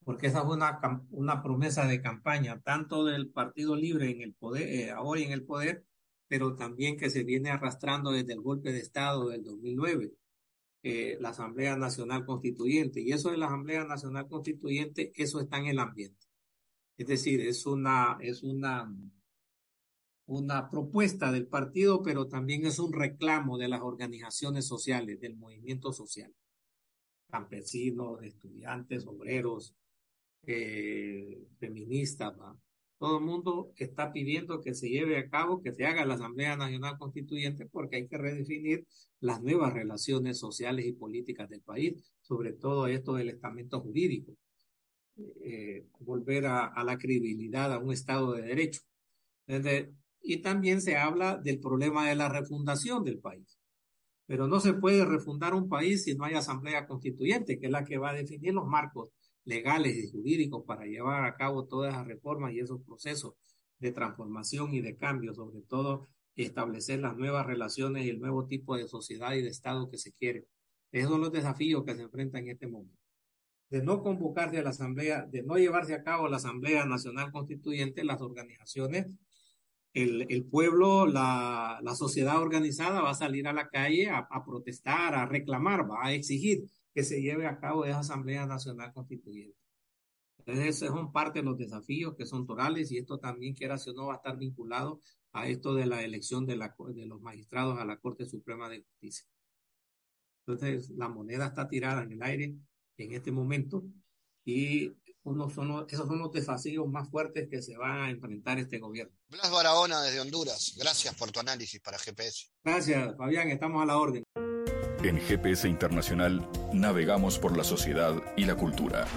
porque esa fue una, cam- una promesa de campaña, tanto del Partido Libre en el poder, eh, ahora en el poder, pero también que se viene arrastrando desde el golpe de Estado del dos mil nueve, eh, la Asamblea Nacional Constituyente. Y eso de la Asamblea Nacional Constituyente, eso está en el ambiente. Es decir, es una, es una, una propuesta del partido, pero también es un reclamo de las organizaciones sociales, del movimiento social, campesinos, estudiantes, obreros, eh, feministas, ¿va? Todo el mundo está pidiendo que se lleve a cabo, que se haga la Asamblea Nacional Constituyente, porque hay que redefinir las nuevas relaciones sociales y políticas del país, sobre todo esto del estamento jurídico, eh, volver a, a la credibilidad a un Estado de Derecho. Desde- y también se habla del problema de la refundación del país. Pero no se puede refundar un país si no hay asamblea constituyente, que es la que va a definir los marcos legales y jurídicos para llevar a cabo todas esas reformas y esos procesos de transformación y de cambio, sobre todo establecer las nuevas relaciones y el nuevo tipo de sociedad y de Estado que se quiere. Esos son los desafíos que se enfrentan en este momento. De no convocarse a la asamblea, de no llevarse a cabo la Asamblea Nacional Constituyente, las organizaciones, el, el pueblo, la, la sociedad organizada va a salir a la calle a, a protestar, a reclamar, va a exigir que se lleve a cabo esa Asamblea Nacional Constituyente. Entonces, esos son parte de los desafíos que son torales, y esto también, quiera o no, va a estar vinculado a esto de la elección de, la, de los magistrados a la Corte Suprema de Justicia. Entonces, la moneda está tirada en el aire en este momento, y uno son los- esos son los desafíos más fuertes que se va a enfrentar este gobierno. Blas Barahona desde Honduras, gracias por tu análisis para G P S. Gracias, Fabián, estamos a la orden. En G P S Internacional navegamos por la sociedad y la cultura.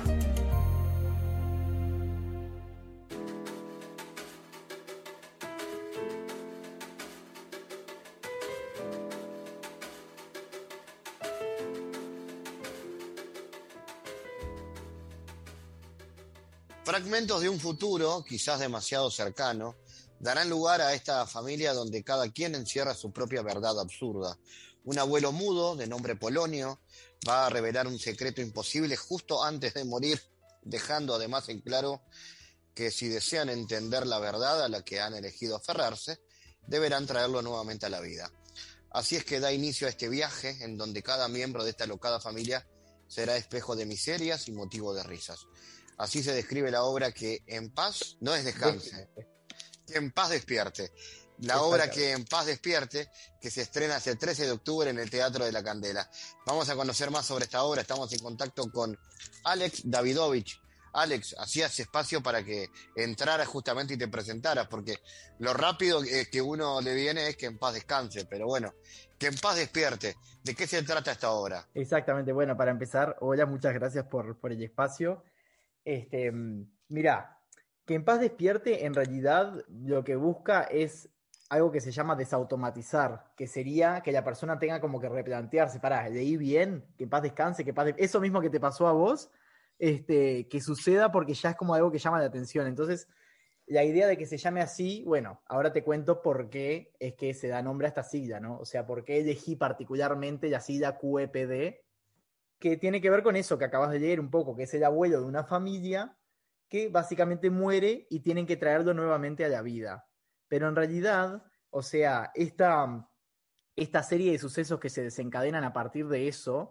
Fragmentos de un futuro, quizás demasiado cercano, darán lugar a esta familia donde cada quien encierra su propia verdad absurda. Un abuelo mudo, de nombre Polonio, va a revelar un secreto imposible justo antes de morir, dejando además en claro que si desean entender la verdad a la que han elegido aferrarse, deberán traerlo nuevamente a la vida. Así es que da inicio a este viaje, en donde cada miembro de esta locada familia será espejo de miserias y motivo de risas. Así se describe la obra que en paz no es descanse, que en paz despierte. La obra que en paz despierte, que se estrena hasta el trece de octubre en el Teatro de la Candela. Vamos a conocer más sobre esta obra. Estamos en contacto con Alex Davidovich. Alex, hacías espacio para que entraras justamente y te presentaras, porque lo rápido que uno le viene es que en paz descanse, pero bueno, que en paz despierte. ¿De qué se trata esta obra? Exactamente, bueno, para empezar, hola, muchas gracias por, por el espacio. Este, mira, que en paz despierte, en realidad lo que busca es algo que se llama desautomatizar, que sería que la persona tenga como que replantearse, pará, leí bien, que en paz descanse, que en paz de... eso mismo que te pasó a vos, este, que suceda porque ya es como algo que llama la atención. Entonces, la idea de que se llame así, bueno, ahora te cuento por qué es que se da nombre a esta sigla, ¿no? O sea, por qué elegí particularmente la sigla Q E P D, que tiene que ver con eso que acabas de leer un poco, que es el abuelo de una familia que básicamente muere y tienen que traerlo nuevamente a la vida. Pero en realidad, o sea, esta, esta serie de sucesos que se desencadenan a partir de eso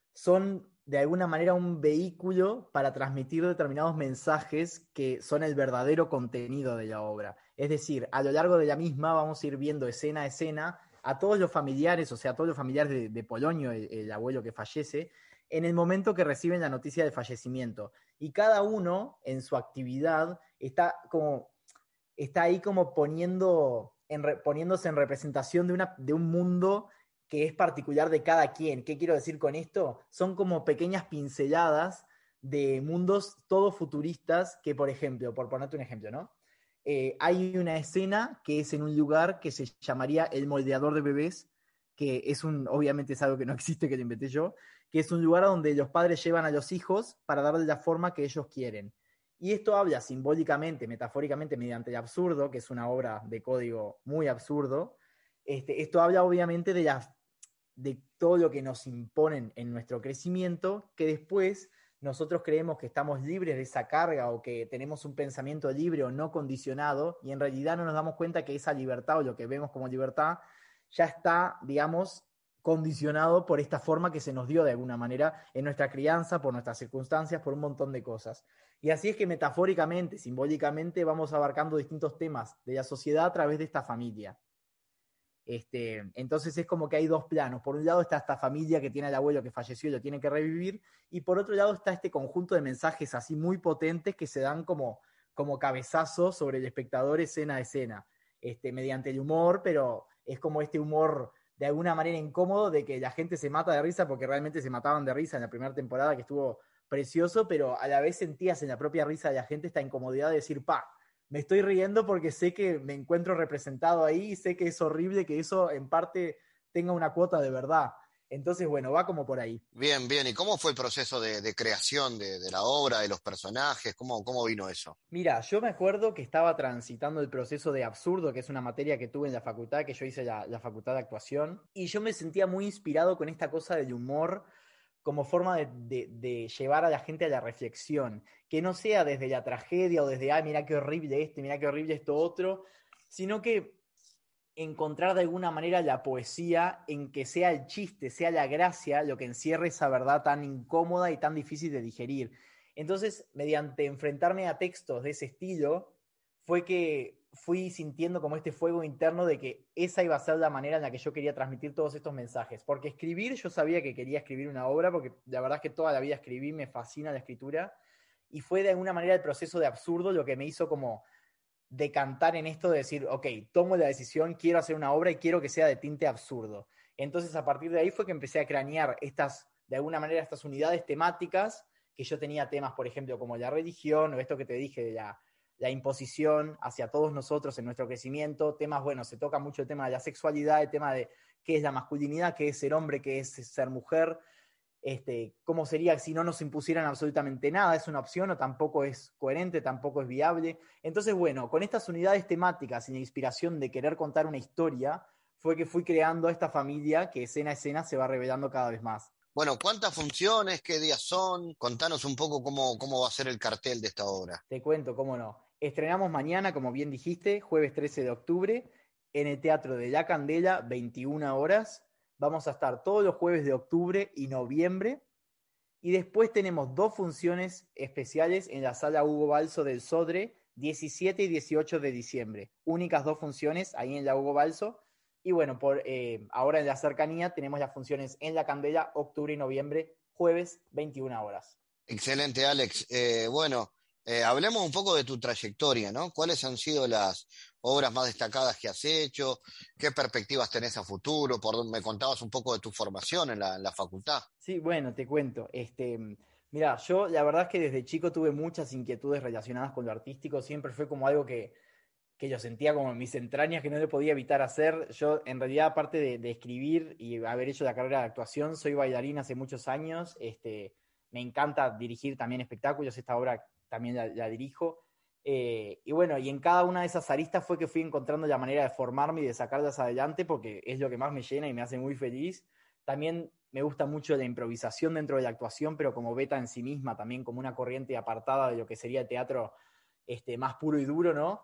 son de alguna manera un vehículo para transmitir determinados mensajes que son el verdadero contenido de la obra. Es decir, a lo largo de la misma vamos a ir viendo escena a escena a todos los familiares, o sea, a todos los familiares de, de Polonio, el, el abuelo que fallece, en el momento que reciben la noticia de fallecimiento. Y cada uno, en su actividad, está como está ahí como poniendo en re, poniéndose en representación de, una, de un mundo que es particular de cada quien. ¿Qué quiero decir con esto? Son como pequeñas pinceladas de mundos todos futuristas que, por ejemplo, por ponerte un ejemplo, ¿no? Eh, hay una escena que es en un lugar que se llamaría el moldeador de bebés, que es un, obviamente es algo que no existe, que lo inventé yo, que es un lugar donde los padres llevan a los hijos para darle la forma que ellos quieren. Y esto habla simbólicamente, metafóricamente, mediante el absurdo, que es una obra de código muy absurdo. Este, esto habla obviamente de, la, de todo lo que nos imponen en nuestro crecimiento, que después nosotros creemos que estamos libres de esa carga o que tenemos un pensamiento libre o no condicionado, y en realidad no nos damos cuenta que esa libertad o lo que vemos como libertad ya está, digamos, condicionado por esta forma que se nos dio de alguna manera en nuestra crianza, por nuestras circunstancias, por un montón de cosas. Y así es que metafóricamente, simbólicamente, vamos abarcando distintos temas de la sociedad a través de esta familia. Este, entonces es como que hay dos planos. Por un lado está esta familia que tiene al abuelo que falleció y lo tiene que revivir, y por otro lado está este conjunto de mensajes así muy potentes que se dan como, como cabezazos sobre el espectador escena a escena, este, mediante el humor, pero es como este humor de alguna manera incómodo de que la gente se mata de risa, porque realmente se mataban de risa en la primera temporada, que estuvo precioso, pero a la vez sentías en la propia risa de la gente esta incomodidad de decir, pa, me estoy riendo porque sé que me encuentro representado ahí y sé que es horrible que eso en parte tenga una cuota de verdad. Entonces, bueno, va como por ahí. Bien, bien. ¿Y cómo fue el proceso de, de creación de, de la obra, de los personajes? ¿Cómo, cómo vino eso? Mira, yo me acuerdo que estaba transitando el proceso de absurdo, que es una materia que tuve en la facultad, que yo hice la, la facultad de actuación, y yo me sentía muy inspirado con esta cosa del humor como forma de, de, de llevar a la gente a la reflexión, que no sea desde la tragedia o desde, ay, mira qué horrible este, mira qué horrible esto otro, sino que encontrar de alguna manera la poesía en que sea el chiste, sea la gracia, lo que encierre esa verdad tan incómoda y tan difícil de digerir. Entonces, mediante enfrentarme a textos de ese estilo, fue que fui sintiendo como este fuego interno de que esa iba a ser la manera en la que yo quería transmitir todos estos mensajes. Porque escribir, yo sabía que quería escribir una obra, porque la verdad es que toda la vida escribí, me fascina la escritura, y fue de alguna manera el proceso de absurdo lo que me hizo como decantar en esto de decir, ok, tomo la decisión, quiero hacer una obra y quiero que sea de tinte absurdo. Entonces, a partir de ahí fue que empecé a cranear estas, de alguna manera, estas unidades temáticas, que yo tenía temas, por ejemplo, como la religión, o esto que te dije de la, la imposición hacia todos nosotros en nuestro crecimiento, temas, bueno, se toca mucho el tema de la sexualidad, el tema de qué es la masculinidad, qué es ser hombre, qué es ser mujer, este, cómo sería si no nos impusieran absolutamente nada, es una opción o tampoco es coherente, tampoco es viable. Entonces, bueno, con estas unidades temáticas y la inspiración de querer contar una historia, fue que fui creando esta familia que escena a escena se va revelando cada vez más. Bueno, ¿cuántas funciones? ¿Qué días son? Contanos un poco cómo, cómo va a ser el cartel de esta obra. Te cuento, cómo no. Estrenamos mañana, como bien dijiste, jueves trece de octubre, en el Teatro de La Candela, veintiuna horas. Vamos a estar todos los jueves de octubre y noviembre. Y después tenemos dos funciones especiales en la Sala Hugo Balso del Sodre, diecisiete y dieciocho de diciembre. Únicas dos funciones ahí en la Hugo Balso. Y bueno, por eh, ahora en la cercanía tenemos las funciones en La Candela, octubre y noviembre, jueves, veintiuna horas. Excelente, Alex. Eh, bueno, eh, hablemos un poco de tu trayectoria, ¿no? ¿Cuáles han sido las obras más destacadas que has hecho? ¿Qué perspectivas tenés a futuro? Por, me contabas un poco de tu formación en la, en la facultad. Sí, bueno, te cuento. Este, mira, yo la verdad es que desde chico tuve muchas inquietudes relacionadas con lo artístico. Siempre fue como algo que, que yo sentía como en mis entrañas que no le podía evitar hacer. Yo, en realidad, aparte de, de escribir y haber hecho la carrera de actuación, soy bailarín hace muchos años. Este, me encanta dirigir también espectáculos. Esta obra también la, la dirijo. Eh, y bueno, y en cada una de esas aristas fue que fui encontrando la manera de formarme y de sacarlas adelante, porque es lo que más me llena y me hace muy feliz. También me gusta mucho la improvisación dentro de la actuación, pero como beta en sí misma, también como una corriente apartada de lo que sería el teatro este, más puro y duro, ¿no?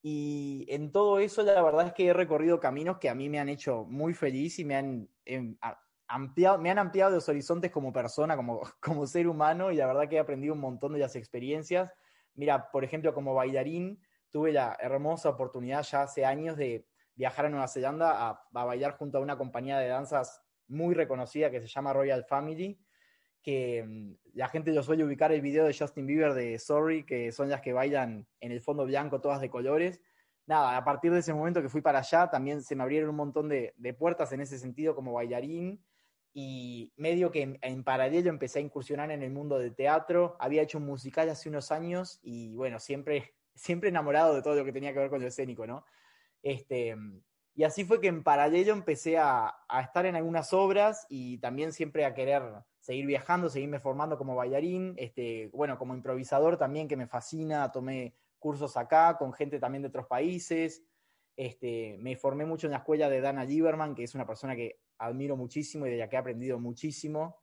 Y en todo eso la verdad es que he recorrido caminos que a mí me han hecho muy feliz y me han, eh, ampliado, me han ampliado los horizontes como persona, como, como ser humano, y la verdad que he aprendido un montón de las experiencias. Mira, por ejemplo, como bailarín, tuve la hermosa oportunidad ya hace años de viajar a Nueva Zelanda a, a bailar junto a una compañía de danzas muy reconocida que se llama Royal Family, que um, la gente lo suele ubicar el video de Justin Bieber de Sorry, que son las que bailan en el fondo blanco, todas de colores. Nada, a partir de ese momento que fui para allá, también se me abrieron un montón de, de puertas en ese sentido como bailarín, y medio que en, en paralelo empecé a incursionar en el mundo del teatro. Había hecho un musical hace unos años y bueno, siempre, siempre enamorado de todo lo que tenía que ver con lo escénico, ¿no? Este, y así fue que en paralelo empecé a, a estar en algunas obras y también siempre a querer seguir viajando, seguirme formando como bailarín, este, bueno, como improvisador también, que me fascina. Tomé cursos acá con gente también de otros países. Este, me formé mucho en la escuela de Dana Lieberman, que es una persona que admiro muchísimo y de la que he aprendido muchísimo.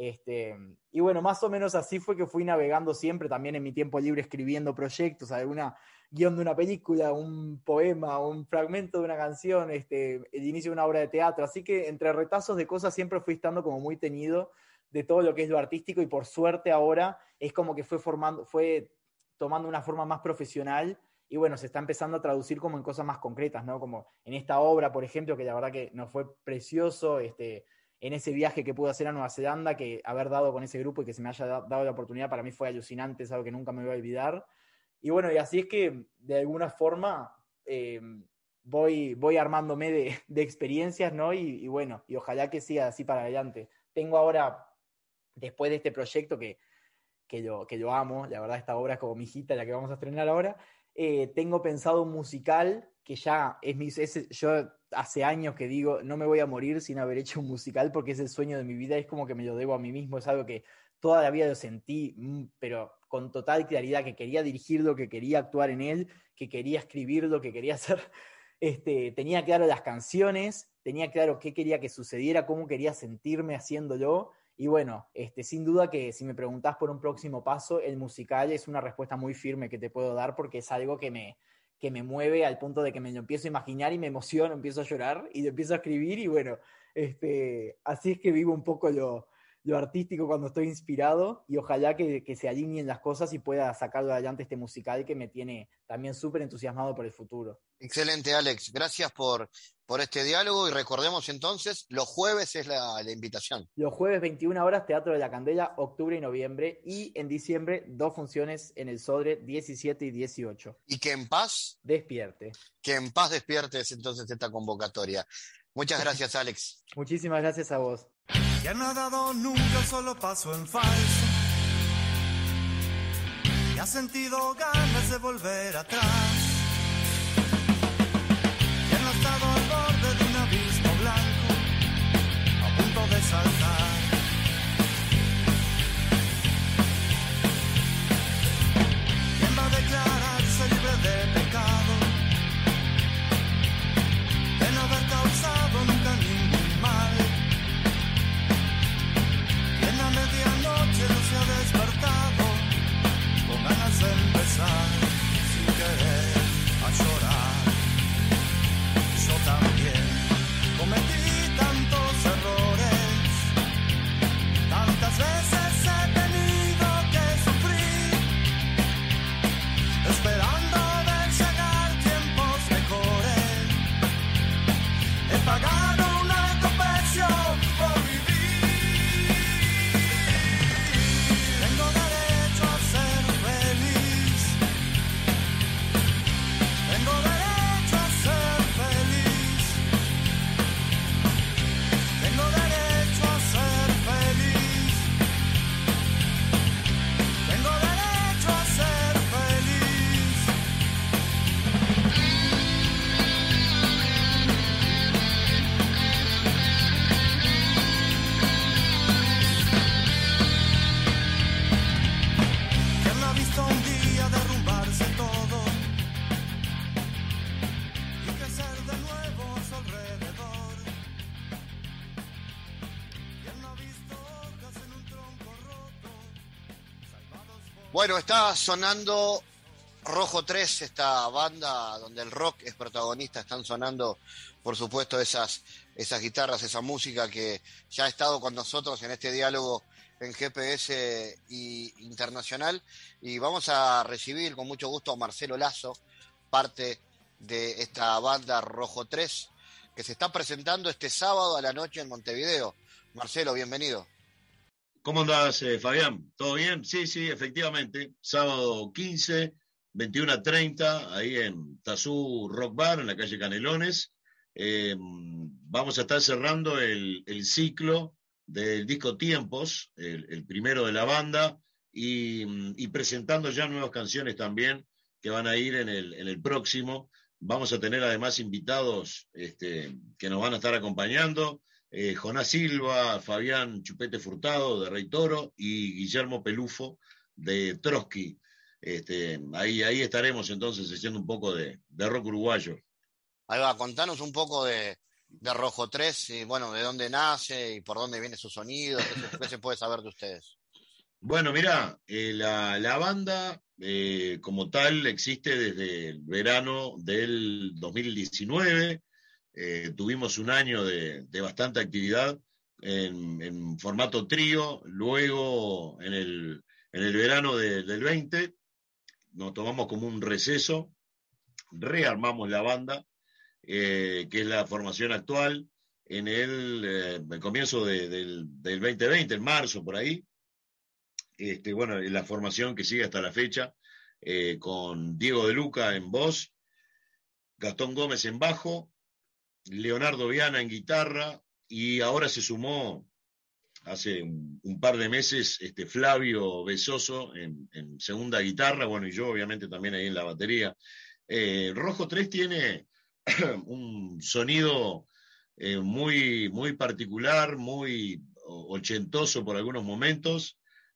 Este, y bueno, más o menos así fue que fui navegando siempre, también en mi tiempo libre escribiendo proyectos, alguna guión de una película, un poema, un fragmento de una canción, este, el inicio de una obra de teatro. Así que entre retazos de cosas siempre fui estando como muy teñido de todo lo que es lo artístico, y por suerte ahora es como que fue formando, fue tomando una forma más profesional, y bueno, se está empezando a traducir como en cosas más concretas, ¿no? Como en esta obra, por ejemplo, que la verdad que nos fue precioso, este, en ese viaje que pude hacer a Nueva Zelanda, que haber dado con ese grupo y que se me haya dado la oportunidad, para mí fue alucinante, es algo que nunca me voy a olvidar. Y bueno, y así es que de alguna forma eh, voy, voy armándome de, de experiencias, ¿no? Y, y bueno, y ojalá que siga así para adelante. Tengo ahora, después de este proyecto que, que, yo, que yo amo, la verdad esta obra es como mi hijita, la que vamos a estrenar ahora, eh, tengo pensado un musical que ya es mi... Es, yo hace años que digo, no me voy a morir sin haber hecho un musical, porque es el sueño de mi vida, es como que me lo debo a mí mismo, es algo que toda la vida lo sentí, pero con total claridad, que quería dirigirlo, que quería actuar en él, que quería escribirlo, que quería hacer... Este, tenía claro las canciones, tenía claro qué quería que sucediera, cómo quería sentirme haciéndolo. Y bueno, este, sin duda que si me preguntás por un próximo paso, el musical es una respuesta muy firme que te puedo dar, porque es algo que me, que me mueve al punto de que me lo empiezo a imaginar y me emociono, empiezo a llorar y lo empiezo a escribir, y bueno, este, así es que vivo un poco lo, lo artístico cuando estoy inspirado, y ojalá que, que se alineen las cosas y pueda sacarlo adelante este musical que me tiene también súper entusiasmado por el futuro. Excelente, Alex. Gracias por, por este diálogo, y recordemos entonces, los jueves es la, la invitación. Los jueves veintiuna horas, Teatro de la Candela, octubre y noviembre, y en diciembre dos funciones en el Sodre, diecisiete y dieciocho. Y que en paz despierte. Que en paz despiertes entonces esta convocatoria. Muchas gracias, Alex. Muchísimas gracias a vos. Ya no ha dado nunca un solo paso en falso, y ha sentido ganas de volver atrás. Ya no ha estado al borde de un abismo blanco, a punto de saltar. ¿Quién va a declararse libre de pecado, de no haber causado nunca ningún mal? En la medianoche no se ha despertado con ganas de empezar sin querer a llorar. Yo también cometí tantos errores, tantas veces he tenido que sufrir, esperando ver llegar tiempos mejores. He pagado un alto precio por vivir. Bueno, está sonando Rojo tres, esta banda donde el rock es protagonista. Están sonando, por supuesto, esas, esas guitarras, esa música que ya ha estado con nosotros en este diálogo en G P S y Internacional. Y vamos a recibir con mucho gusto a Marcelo Lazo, parte de esta banda Rojo tres, que se está presentando este sábado a la noche en Montevideo. Marcelo, bienvenido. ¿Cómo andás, eh, Fabián? ¿Todo bien? Sí, sí, efectivamente. Sábado quince, veintiuno a treinta, ahí en Tazú Rock Bar, en la calle Canelones. Eh, vamos a estar cerrando el, el ciclo del disco Tiempos, el, el primero de la banda, y, y presentando ya nuevas canciones también que van a ir en el, en el próximo. Vamos a tener además invitados este, que nos van a estar acompañando. Eh, Jonás Silva, Fabián Chupete Furtado de Rey Toro y Guillermo Pelufo de Trotsky. Este, ahí, ahí estaremos entonces haciendo un poco de, de rock uruguayo. Ahí va, contanos un poco de, de Rojo tres, y bueno, de dónde nace y por dónde viene su sonido, qué se, qué se puede saber de ustedes. Bueno, mirá, eh, la, la banda eh, como tal existe desde el verano del dos mil diecinueve. Eh, tuvimos un año de, de bastante actividad en, en formato trío. Luego, en el, en el verano de, del veinte, nos tomamos como un receso, rearmamos la banda, eh, que es la formación actual, en el, eh, el comienzo de, del, del veinte veinte, en marzo, por ahí. Este, bueno, la formación que sigue hasta la fecha, eh, con Diego De Luca en voz, Gastón Gómez en bajo, Leonardo Viana en guitarra, y ahora se sumó hace un, un par de meses este, Flavio Besoso en, en segunda guitarra, bueno, y yo obviamente también ahí en la batería. Eh, Rojo tres tiene un sonido eh, muy, muy particular, muy ochentoso por algunos momentos,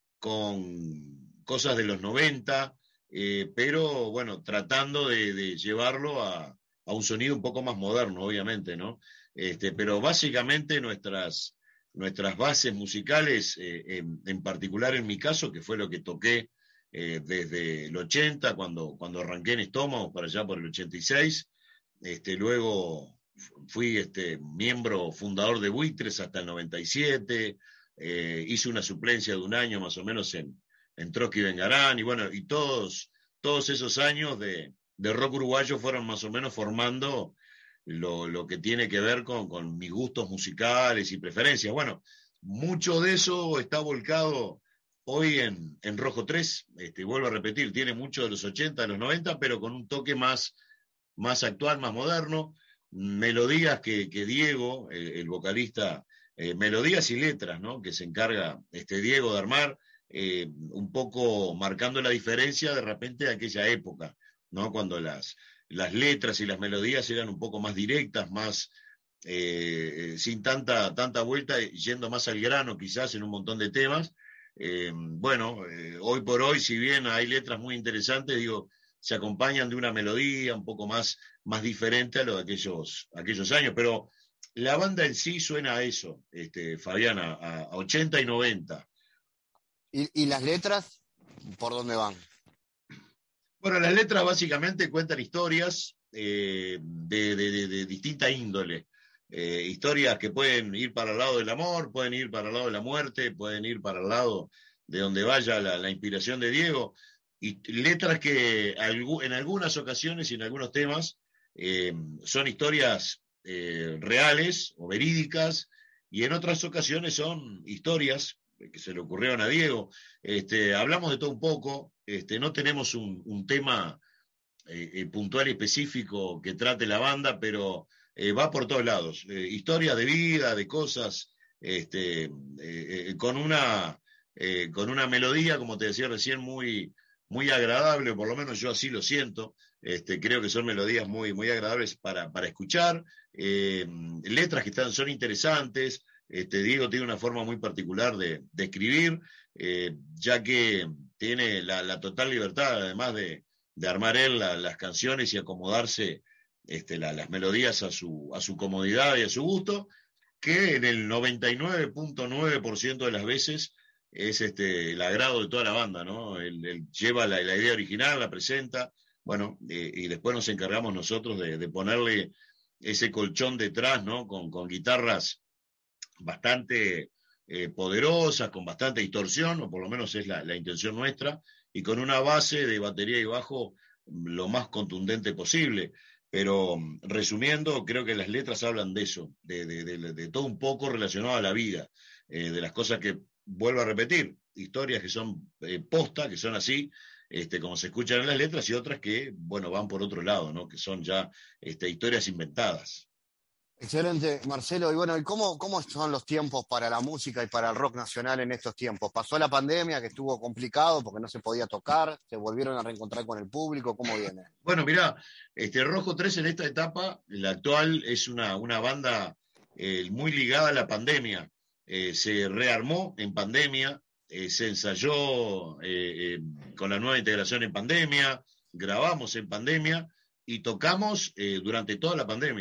con cosas de los noventa, eh, pero bueno, tratando de, de llevarlo a, a un sonido un poco más moderno, obviamente, ¿no? Este, pero básicamente nuestras, nuestras bases musicales, eh, en, en particular en mi caso, que fue lo que toqué eh, desde el ochenta, cuando, cuando arranqué en Estómago, para allá por el ochenta y seis, este, luego fui este, miembro fundador de Buitres hasta el noventa y siete, eh, hice una suplencia de un año más o menos en, en Trotsky Vengarán, y bueno, y todos, todos esos años de, de rock uruguayo fueron más o menos formando lo, lo que tiene que ver con, con mis gustos musicales y preferencias. Bueno, mucho de eso está volcado hoy en, en Rojo tres, este, vuelvo a repetir, tiene mucho de los ochenta, de los noventa, pero con un toque más, más actual, más moderno, melodías que, que Diego, el, el vocalista, eh, melodías y letras, ¿no?, que se encarga este Diego de armar, eh, un poco marcando la diferencia de repente de aquella época, ¿no?, cuando las, las letras y las melodías eran un poco más directas, más eh, sin tanta, tanta vuelta, yendo más al grano quizás en un montón de temas. Eh, bueno, eh, hoy por hoy, si bien hay letras muy interesantes, digo, se acompañan de una melodía un poco más, más diferente a lo de aquellos, aquellos años, pero la banda en sí suena a eso, este, Fabiana, a, a ochenta y noventa. ¿Y, y las letras, por dónde van? Bueno, las letras básicamente cuentan historias eh, de, de, de, de distinta índole. Eh, historias que pueden ir para el lado del amor, pueden ir para el lado de la muerte, pueden ir para el lado de donde vaya la, la inspiración de Diego, y letras que en algunas ocasiones y en algunos temas eh, son historias eh, reales o verídicas, y en otras ocasiones son historias que se le ocurrieron a Diego. Este, hablamos de todo un poco, este, no tenemos un, un tema eh, eh, puntual y específico que trate la banda, pero Eh, va por todos lados, eh, historia de vida, de cosas, este, eh, eh, con una eh, con una melodía, como te decía recién, muy, muy agradable, o por lo menos yo así lo siento. Este, creo que son melodías muy, muy agradables para, para escuchar, eh, letras que están, son interesantes. Este, Diego tiene una forma muy particular de, de escribir, eh, ya que tiene la, la total libertad, además de, de armar él la, las canciones y acomodarse Este, la, las melodías a su, a su comodidad y a su gusto, que en el noventa y nueve punto nueve por ciento de las veces es este, el agrado de toda la banda, ¿no? Él, él lleva la, la idea original, la presenta, bueno, eh, y después nos encargamos nosotros de, de ponerle ese colchón detrás, ¿no?, con, con guitarras bastante eh, poderosas, con bastante distorsión, o por lo menos es la, la intención nuestra, y con una base de batería y bajo lo más contundente posible. Pero resumiendo, creo que las letras hablan de eso, de, de, de, de todo un poco relacionado a la vida, eh, de las cosas que, vuelvo a repetir, historias que son eh, posta, que son así, este, como se escuchan en las letras, y otras que, bueno, van por otro lado, ¿no?, que son ya este, historias inventadas. Excelente, Marcelo. Y bueno, ¿y cómo, cómo son los tiempos para la música y para el rock nacional en estos tiempos? ¿Pasó la pandemia, que estuvo complicado porque no se podía tocar? ¿Se volvieron a reencontrar con el público? ¿Cómo viene? Bueno, mirá, este, Rojo tres en esta etapa, la actual, es una, una banda eh, muy ligada a la pandemia. Eh, se rearmó en pandemia, eh, se ensayó eh, eh, con la nueva integración en pandemia, grabamos en pandemia y tocamos eh, durante toda la pandemia.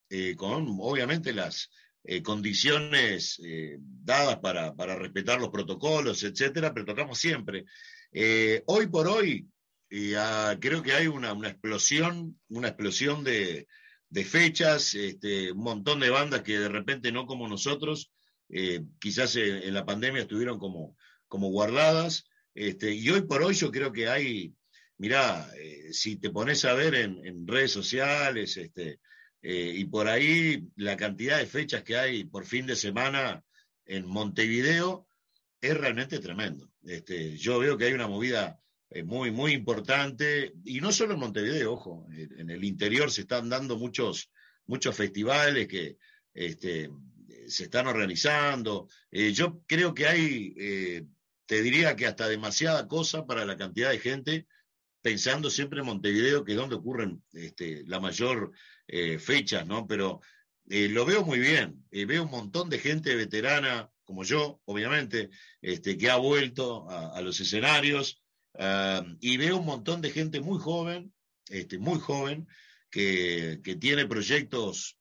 eh, con obviamente las eh, condiciones eh, dadas para, para respetar los protocolos, etcétera, pero tocamos siempre. Eh, hoy por hoy, eh, ah, creo que hay una, una explosión, una explosión de, de fechas, este, un montón de bandas que de repente no como nosotros, eh, quizás en, en la pandemia estuvieron como, como guardadas, este, y hoy por hoy yo creo que hay, mirá, eh, si te pones a ver en, en redes sociales, este, eh, y por ahí la cantidad de fechas que hay por fin de semana en Montevideo es realmente tremendo. Este, yo veo que hay una movida eh, muy, muy importante, y no solo en Montevideo, ojo, en el interior se están dando muchos, muchos festivales que este, se están organizando. Eh, yo creo que hay, eh, te diría que hasta demasiada cosa para la cantidad de gente, pensando siempre en Montevideo, que es donde ocurren este, la mayor eh, fechas, ¿no? Pero eh, lo veo muy bien, eh, veo un montón de gente veterana, como yo, obviamente, este, que ha vuelto a, a los escenarios, uh, y veo un montón de gente muy joven, este, muy joven, que, que tiene proyectos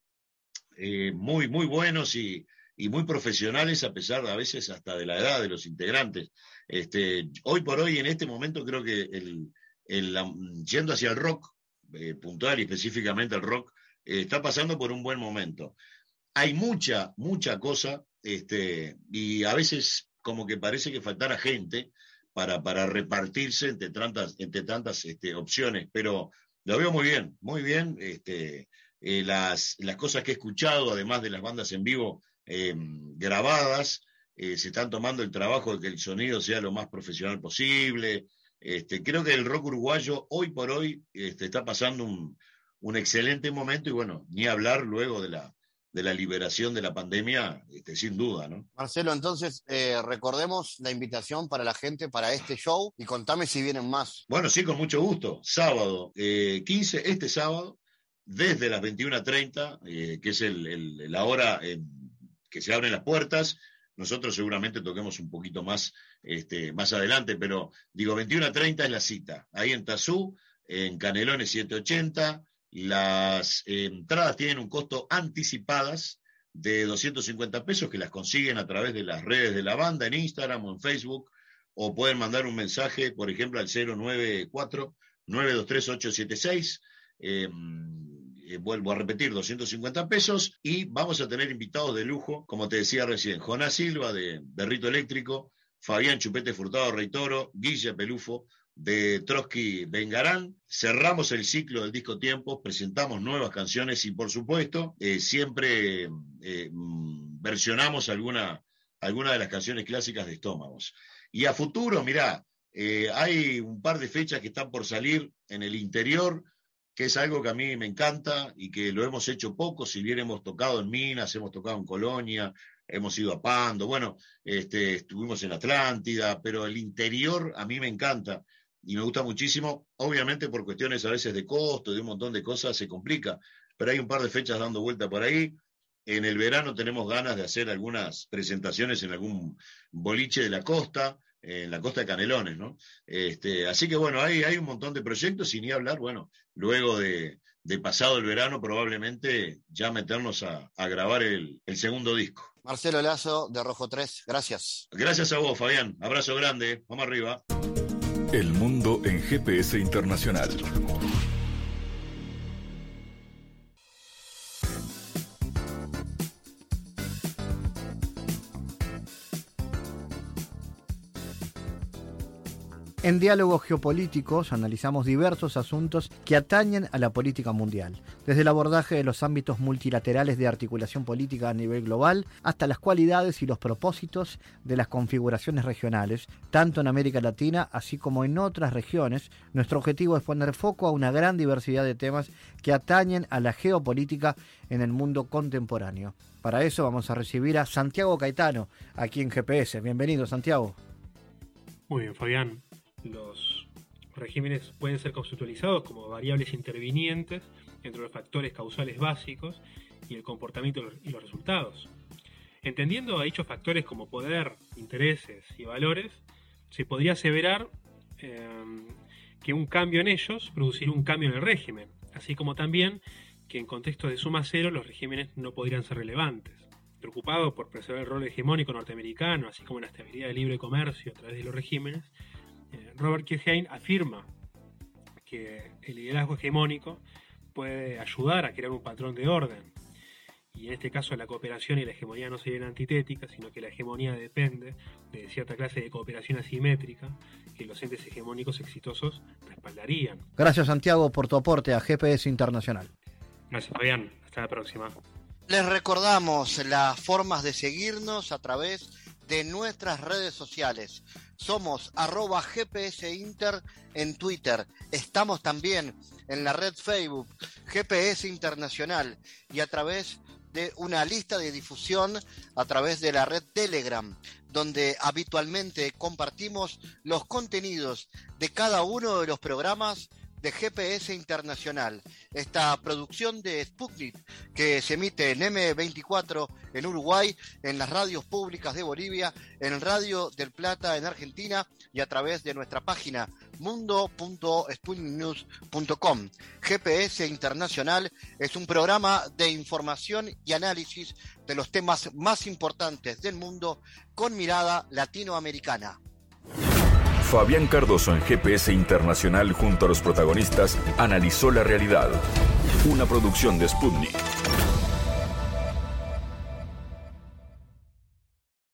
eh, muy, muy buenos y, y muy profesionales, a pesar de a veces hasta de la edad de los integrantes. Este, hoy por hoy, en este momento, creo que el, el, yendo hacia el rock, eh, puntual y específicamente el rock, eh, está pasando por un buen momento. Hay mucha, mucha cosa, este, y a veces como que parece que faltara gente para, para repartirse entre tantas, entre tantas este, opciones, pero lo veo muy bien, muy bien. Este, eh, las, las cosas que he escuchado, además de las bandas en vivo eh, grabadas, eh, se están tomando el trabajo de que el sonido sea lo más profesional posible. Este, creo que el rock uruguayo hoy por hoy este, está pasando un, un excelente momento, y bueno, ni hablar luego de la de la liberación de la pandemia, este, sin duda, ¿no? Marcelo, entonces eh, recordemos la invitación para la gente para este show y contame si vienen más. Bueno, sí, con mucho gusto. Sábado eh, quince, este sábado, desde las veintiuna treinta, eh, que es el, el, la hora eh, que se abren las puertas. Nosotros seguramente toquemos un poquito más, este, más adelante, pero digo, veintiuna treinta es la cita. Ahí en Tazú, en Canelones setecientos ochenta. Las eh, entradas tienen un costo anticipadas de doscientos cincuenta pesos, que las consiguen a través de las redes de la banda, en Instagram o en Facebook, o pueden mandar un mensaje, por ejemplo, al cero nueve cuatro, nueve dos tres, ocho siete seis. Eh, eh, vuelvo a repetir, doscientos cincuenta pesos, y vamos a tener invitados de lujo, como te decía recién, Jonás Silva de Berrito Eléctrico, Fabián Chupete Furtado Rey Toro, Guille Pelufo de Trotsky Vengarán. Cerramos el ciclo del disco Tiempos, presentamos nuevas canciones y por supuesto eh, siempre eh, versionamos alguna, alguna de las canciones clásicas de Estómagos. Y a futuro, mirá, eh, hay un par de fechas que están por salir en el interior, que es algo que a mí me encanta y que lo hemos hecho poco, si bien hemos tocado en Minas, hemos tocado en Colonia, hemos ido a Pando, bueno, este, estuvimos en Atlántida, pero el interior a mí me encanta y me gusta muchísimo. Obviamente por cuestiones a veces de costo, de un montón de cosas se complica, pero hay un par de fechas dando vuelta por ahí. En el verano tenemos ganas de hacer algunas presentaciones en algún boliche de la costa, en la costa de Canelones, ¿no? Este, así que bueno, hay, hay un montón de proyectos, y ni hablar, bueno, luego de, de pasado el verano probablemente ya meternos a, a grabar el, el segundo disco. Marcelo Lazo de Rojo tres, gracias. Gracias a vos, Fabián. Abrazo grande, vamos arriba. El mundo en G P S Internacional. En Diálogos Geopolíticos analizamos diversos asuntos que atañen a la política mundial, desde el abordaje de los ámbitos multilaterales de articulación política a nivel global hasta las cualidades y los propósitos de las configuraciones regionales, tanto en América Latina así como en otras regiones. Nuestro objetivo es poner foco a una gran diversidad de temas que atañen a la geopolítica en el mundo contemporáneo. Para eso vamos a recibir a Santiago Caetano, aquí en G P S. Bienvenido, Santiago. Muy bien, Fabián. Los regímenes pueden ser conceptualizados como variables intervinientes entre los factores causales básicos y el comportamiento y los resultados. Entendiendo a dichos factores como poder, intereses y valores, se podría aseverar eh, que un cambio en ellos producirá un cambio en el régimen, así como también que en contextos de suma cero los regímenes no podrían ser relevantes. Preocupado por preservar el rol hegemónico norteamericano, así como la estabilidad del libre comercio a través de los regímenes, eh, Robert Keohane afirma que el liderazgo hegemónico puede ayudar a crear un patrón de orden. Y en este caso la cooperación y la hegemonía no serían antitéticas, sino que la hegemonía depende de cierta clase de cooperación asimétrica que los entes hegemónicos exitosos respaldarían. Gracias, Santiago, por tu aporte a G P S Internacional. Gracias, Fabián. Hasta la próxima. Les recordamos las formas de seguirnos a través de nuestras redes sociales. Somos arroba G P S Inter en Twitter. Estamos también en la red Facebook G P S Internacional y a través de una lista de difusión a través de la red Telegram, donde habitualmente compartimos los contenidos de cada uno de los programas de G P S Internacional, esta producción de Sputnik que se emite en eme veinticuatro en Uruguay, en las radios públicas de Bolivia, en Radio del Plata en Argentina y a través de nuestra página mundo punto sputnik news punto com. G P S Internacional es un programa de información y análisis de los temas más importantes del mundo con mirada latinoamericana. Fabián Cardoso en G P S Internacional junto a los protagonistas analizó la realidad. Una producción de Sputnik.